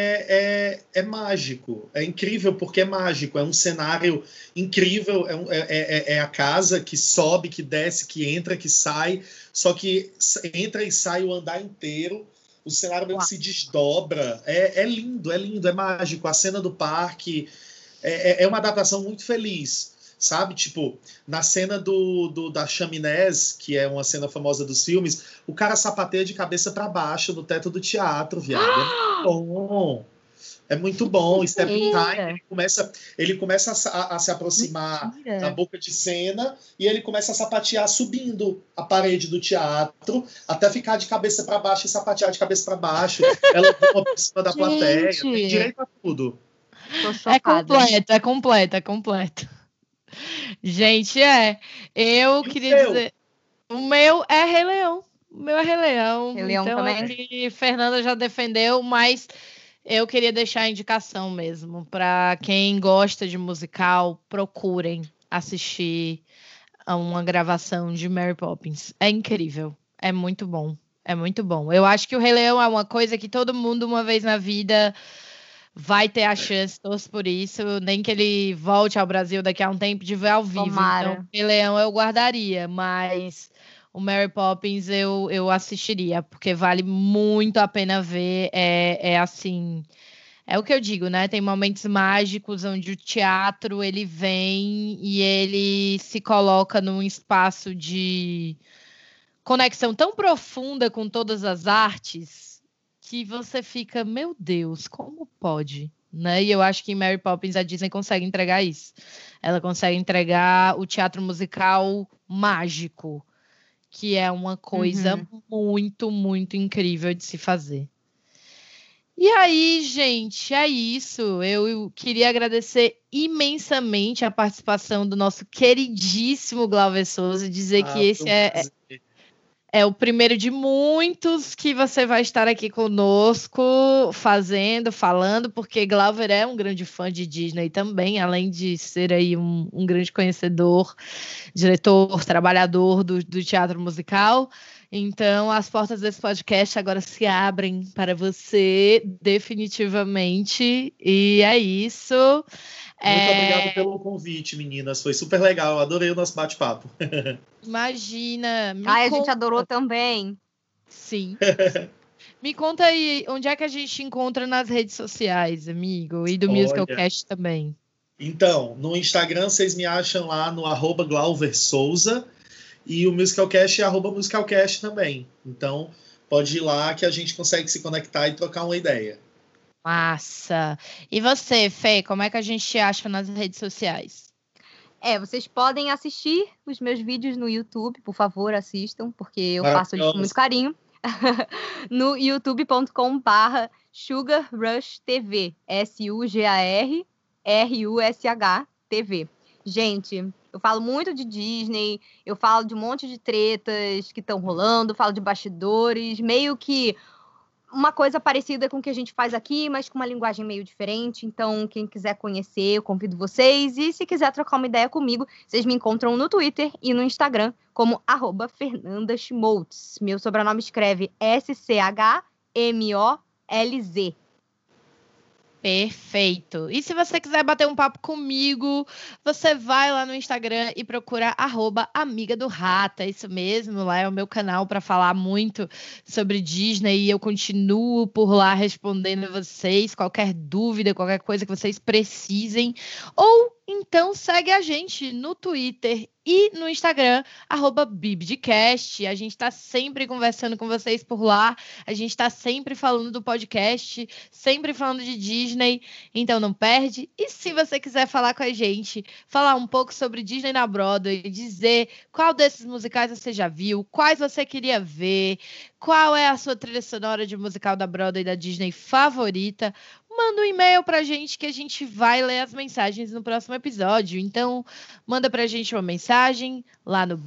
é mágico, é incrível porque é mágico, é um cenário incrível, é a casa que sobe, que desce, que entra, que sai, só que entra e sai o andar inteiro, o cenário meio que se desdobra, é lindo, é mágico, a cena do parque é uma adaptação muito feliz. Sabe? Tipo, na cena da chaminés, que é uma cena famosa dos filmes, o cara sapateia de cabeça para baixo no teto do teatro, viado. É muito bom. É muito bom. Step Time, ele começa a se aproximar da boca de cena e ele começa a sapatear subindo a parede do teatro até ficar de cabeça para baixo e sapatear de cabeça para baixo. Ela uma por cima da plateia, tem direito a tudo. É completo. Gente, eu queria dizer, o meu é Rei Leão. Rei Leão então também. Aqui, Fernanda já defendeu, mas eu queria deixar a indicação mesmo para quem gosta de musical, procurem assistir a uma gravação de Mary Poppins. É incrível, é muito bom. Eu acho que o Rei Leão é uma coisa que todo mundo uma vez na vida vai ter a chance, torço por isso, nem que ele volte ao Brasil daqui a um tempo de ver ao vivo. Tomara. Então, o Rei Leão eu guardaria, mas o Mary Poppins eu assistiria, porque vale muito a pena ver. Assim, é o que eu digo, né? Tem momentos mágicos onde o teatro ele vem e ele se coloca num espaço de conexão tão profunda com todas as artes que você fica, meu Deus, como pode? Né? E eu acho que em Mary Poppins a Disney consegue entregar isso. Ela consegue entregar o teatro musical mágico, que é uma coisa muito, muito incrível de se fazer. E aí, gente, é isso. Eu queria agradecer imensamente a participação do nosso queridíssimo Glauber Souza, dizer que esse é o primeiro de muitos que você vai estar aqui conosco falando, porque Glauber é um grande fã de Disney também, além de ser aí um grande conhecedor, diretor, trabalhador do teatro musical. Então, as portas desse podcast agora se abrem para você, definitivamente, e é isso. Muito obrigado pelo convite, meninas. Foi super legal. Adorei o nosso bate-papo. Imagina. A gente adorou também. Sim. Me conta aí, onde é que a gente encontra nas redes sociais, amigo? E do Musicalcast também. Então, no Instagram vocês me acham lá no @GlauverSouza e o Musicalcast é @Musicalcast também. Então, pode ir lá que a gente consegue se conectar e trocar uma ideia. Massa! E você, Fê, como é que a gente te acha nas redes sociais? Vocês podem assistir os meus vídeos no YouTube, por favor, assistam, porque eu faço eles com muito carinho. No youtube.com/SugarRushTV, SugarRushTV. Gente, eu falo muito de Disney, eu falo de um monte de tretas que estão rolando, falo de bastidores, meio que uma coisa parecida com o que a gente faz aqui, mas com uma linguagem meio diferente. Então, quem quiser conhecer, eu convido vocês. E se quiser trocar uma ideia comigo, vocês me encontram no Twitter e no Instagram como @FernandaSchmoltz. Meu sobrenome escreve SCHMOLZ. Perfeito. E se você quiser bater um papo comigo, você vai lá no Instagram e procura @Amiga do Rata. Isso mesmo, lá é o meu canal para falar muito sobre Disney e eu continuo por lá respondendo vocês, qualquer dúvida, qualquer coisa que vocês precisem. Ou então segue a gente no Twitter e no Instagram, @BibDcast. A gente está sempre conversando com vocês por lá. A gente está sempre falando do podcast, sempre falando de Disney. Então não perde. E se você quiser falar com a gente, falar um pouco sobre Disney na Broadway, dizer qual desses musicais você já viu, quais você queria ver, qual é a sua trilha sonora de musical da Broadway da Disney favorita, manda um e-mail pra gente que a gente vai ler as mensagens no próximo episódio. Então, manda pra gente uma mensagem lá no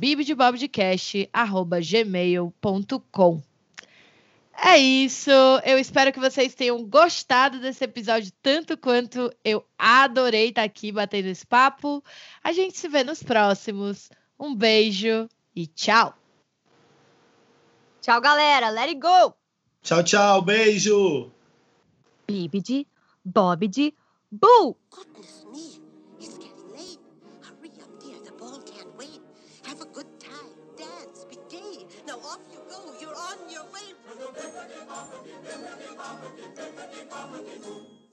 bibdebobdecast@gmail.com. É isso. Eu espero que vocês tenham gostado desse episódio tanto quanto eu adorei estar aqui batendo esse papo. A gente se vê nos próximos. Um beijo e tchau. Tchau, galera. Let it go! Tchau, tchau. Beijo! Bibbidi, Bobbidi, Boo! Goodness me, it's getting late. Hurry up, dear. The ball can't wait. Have a good time. Dance. Be gay. Now off you go. You're on your way.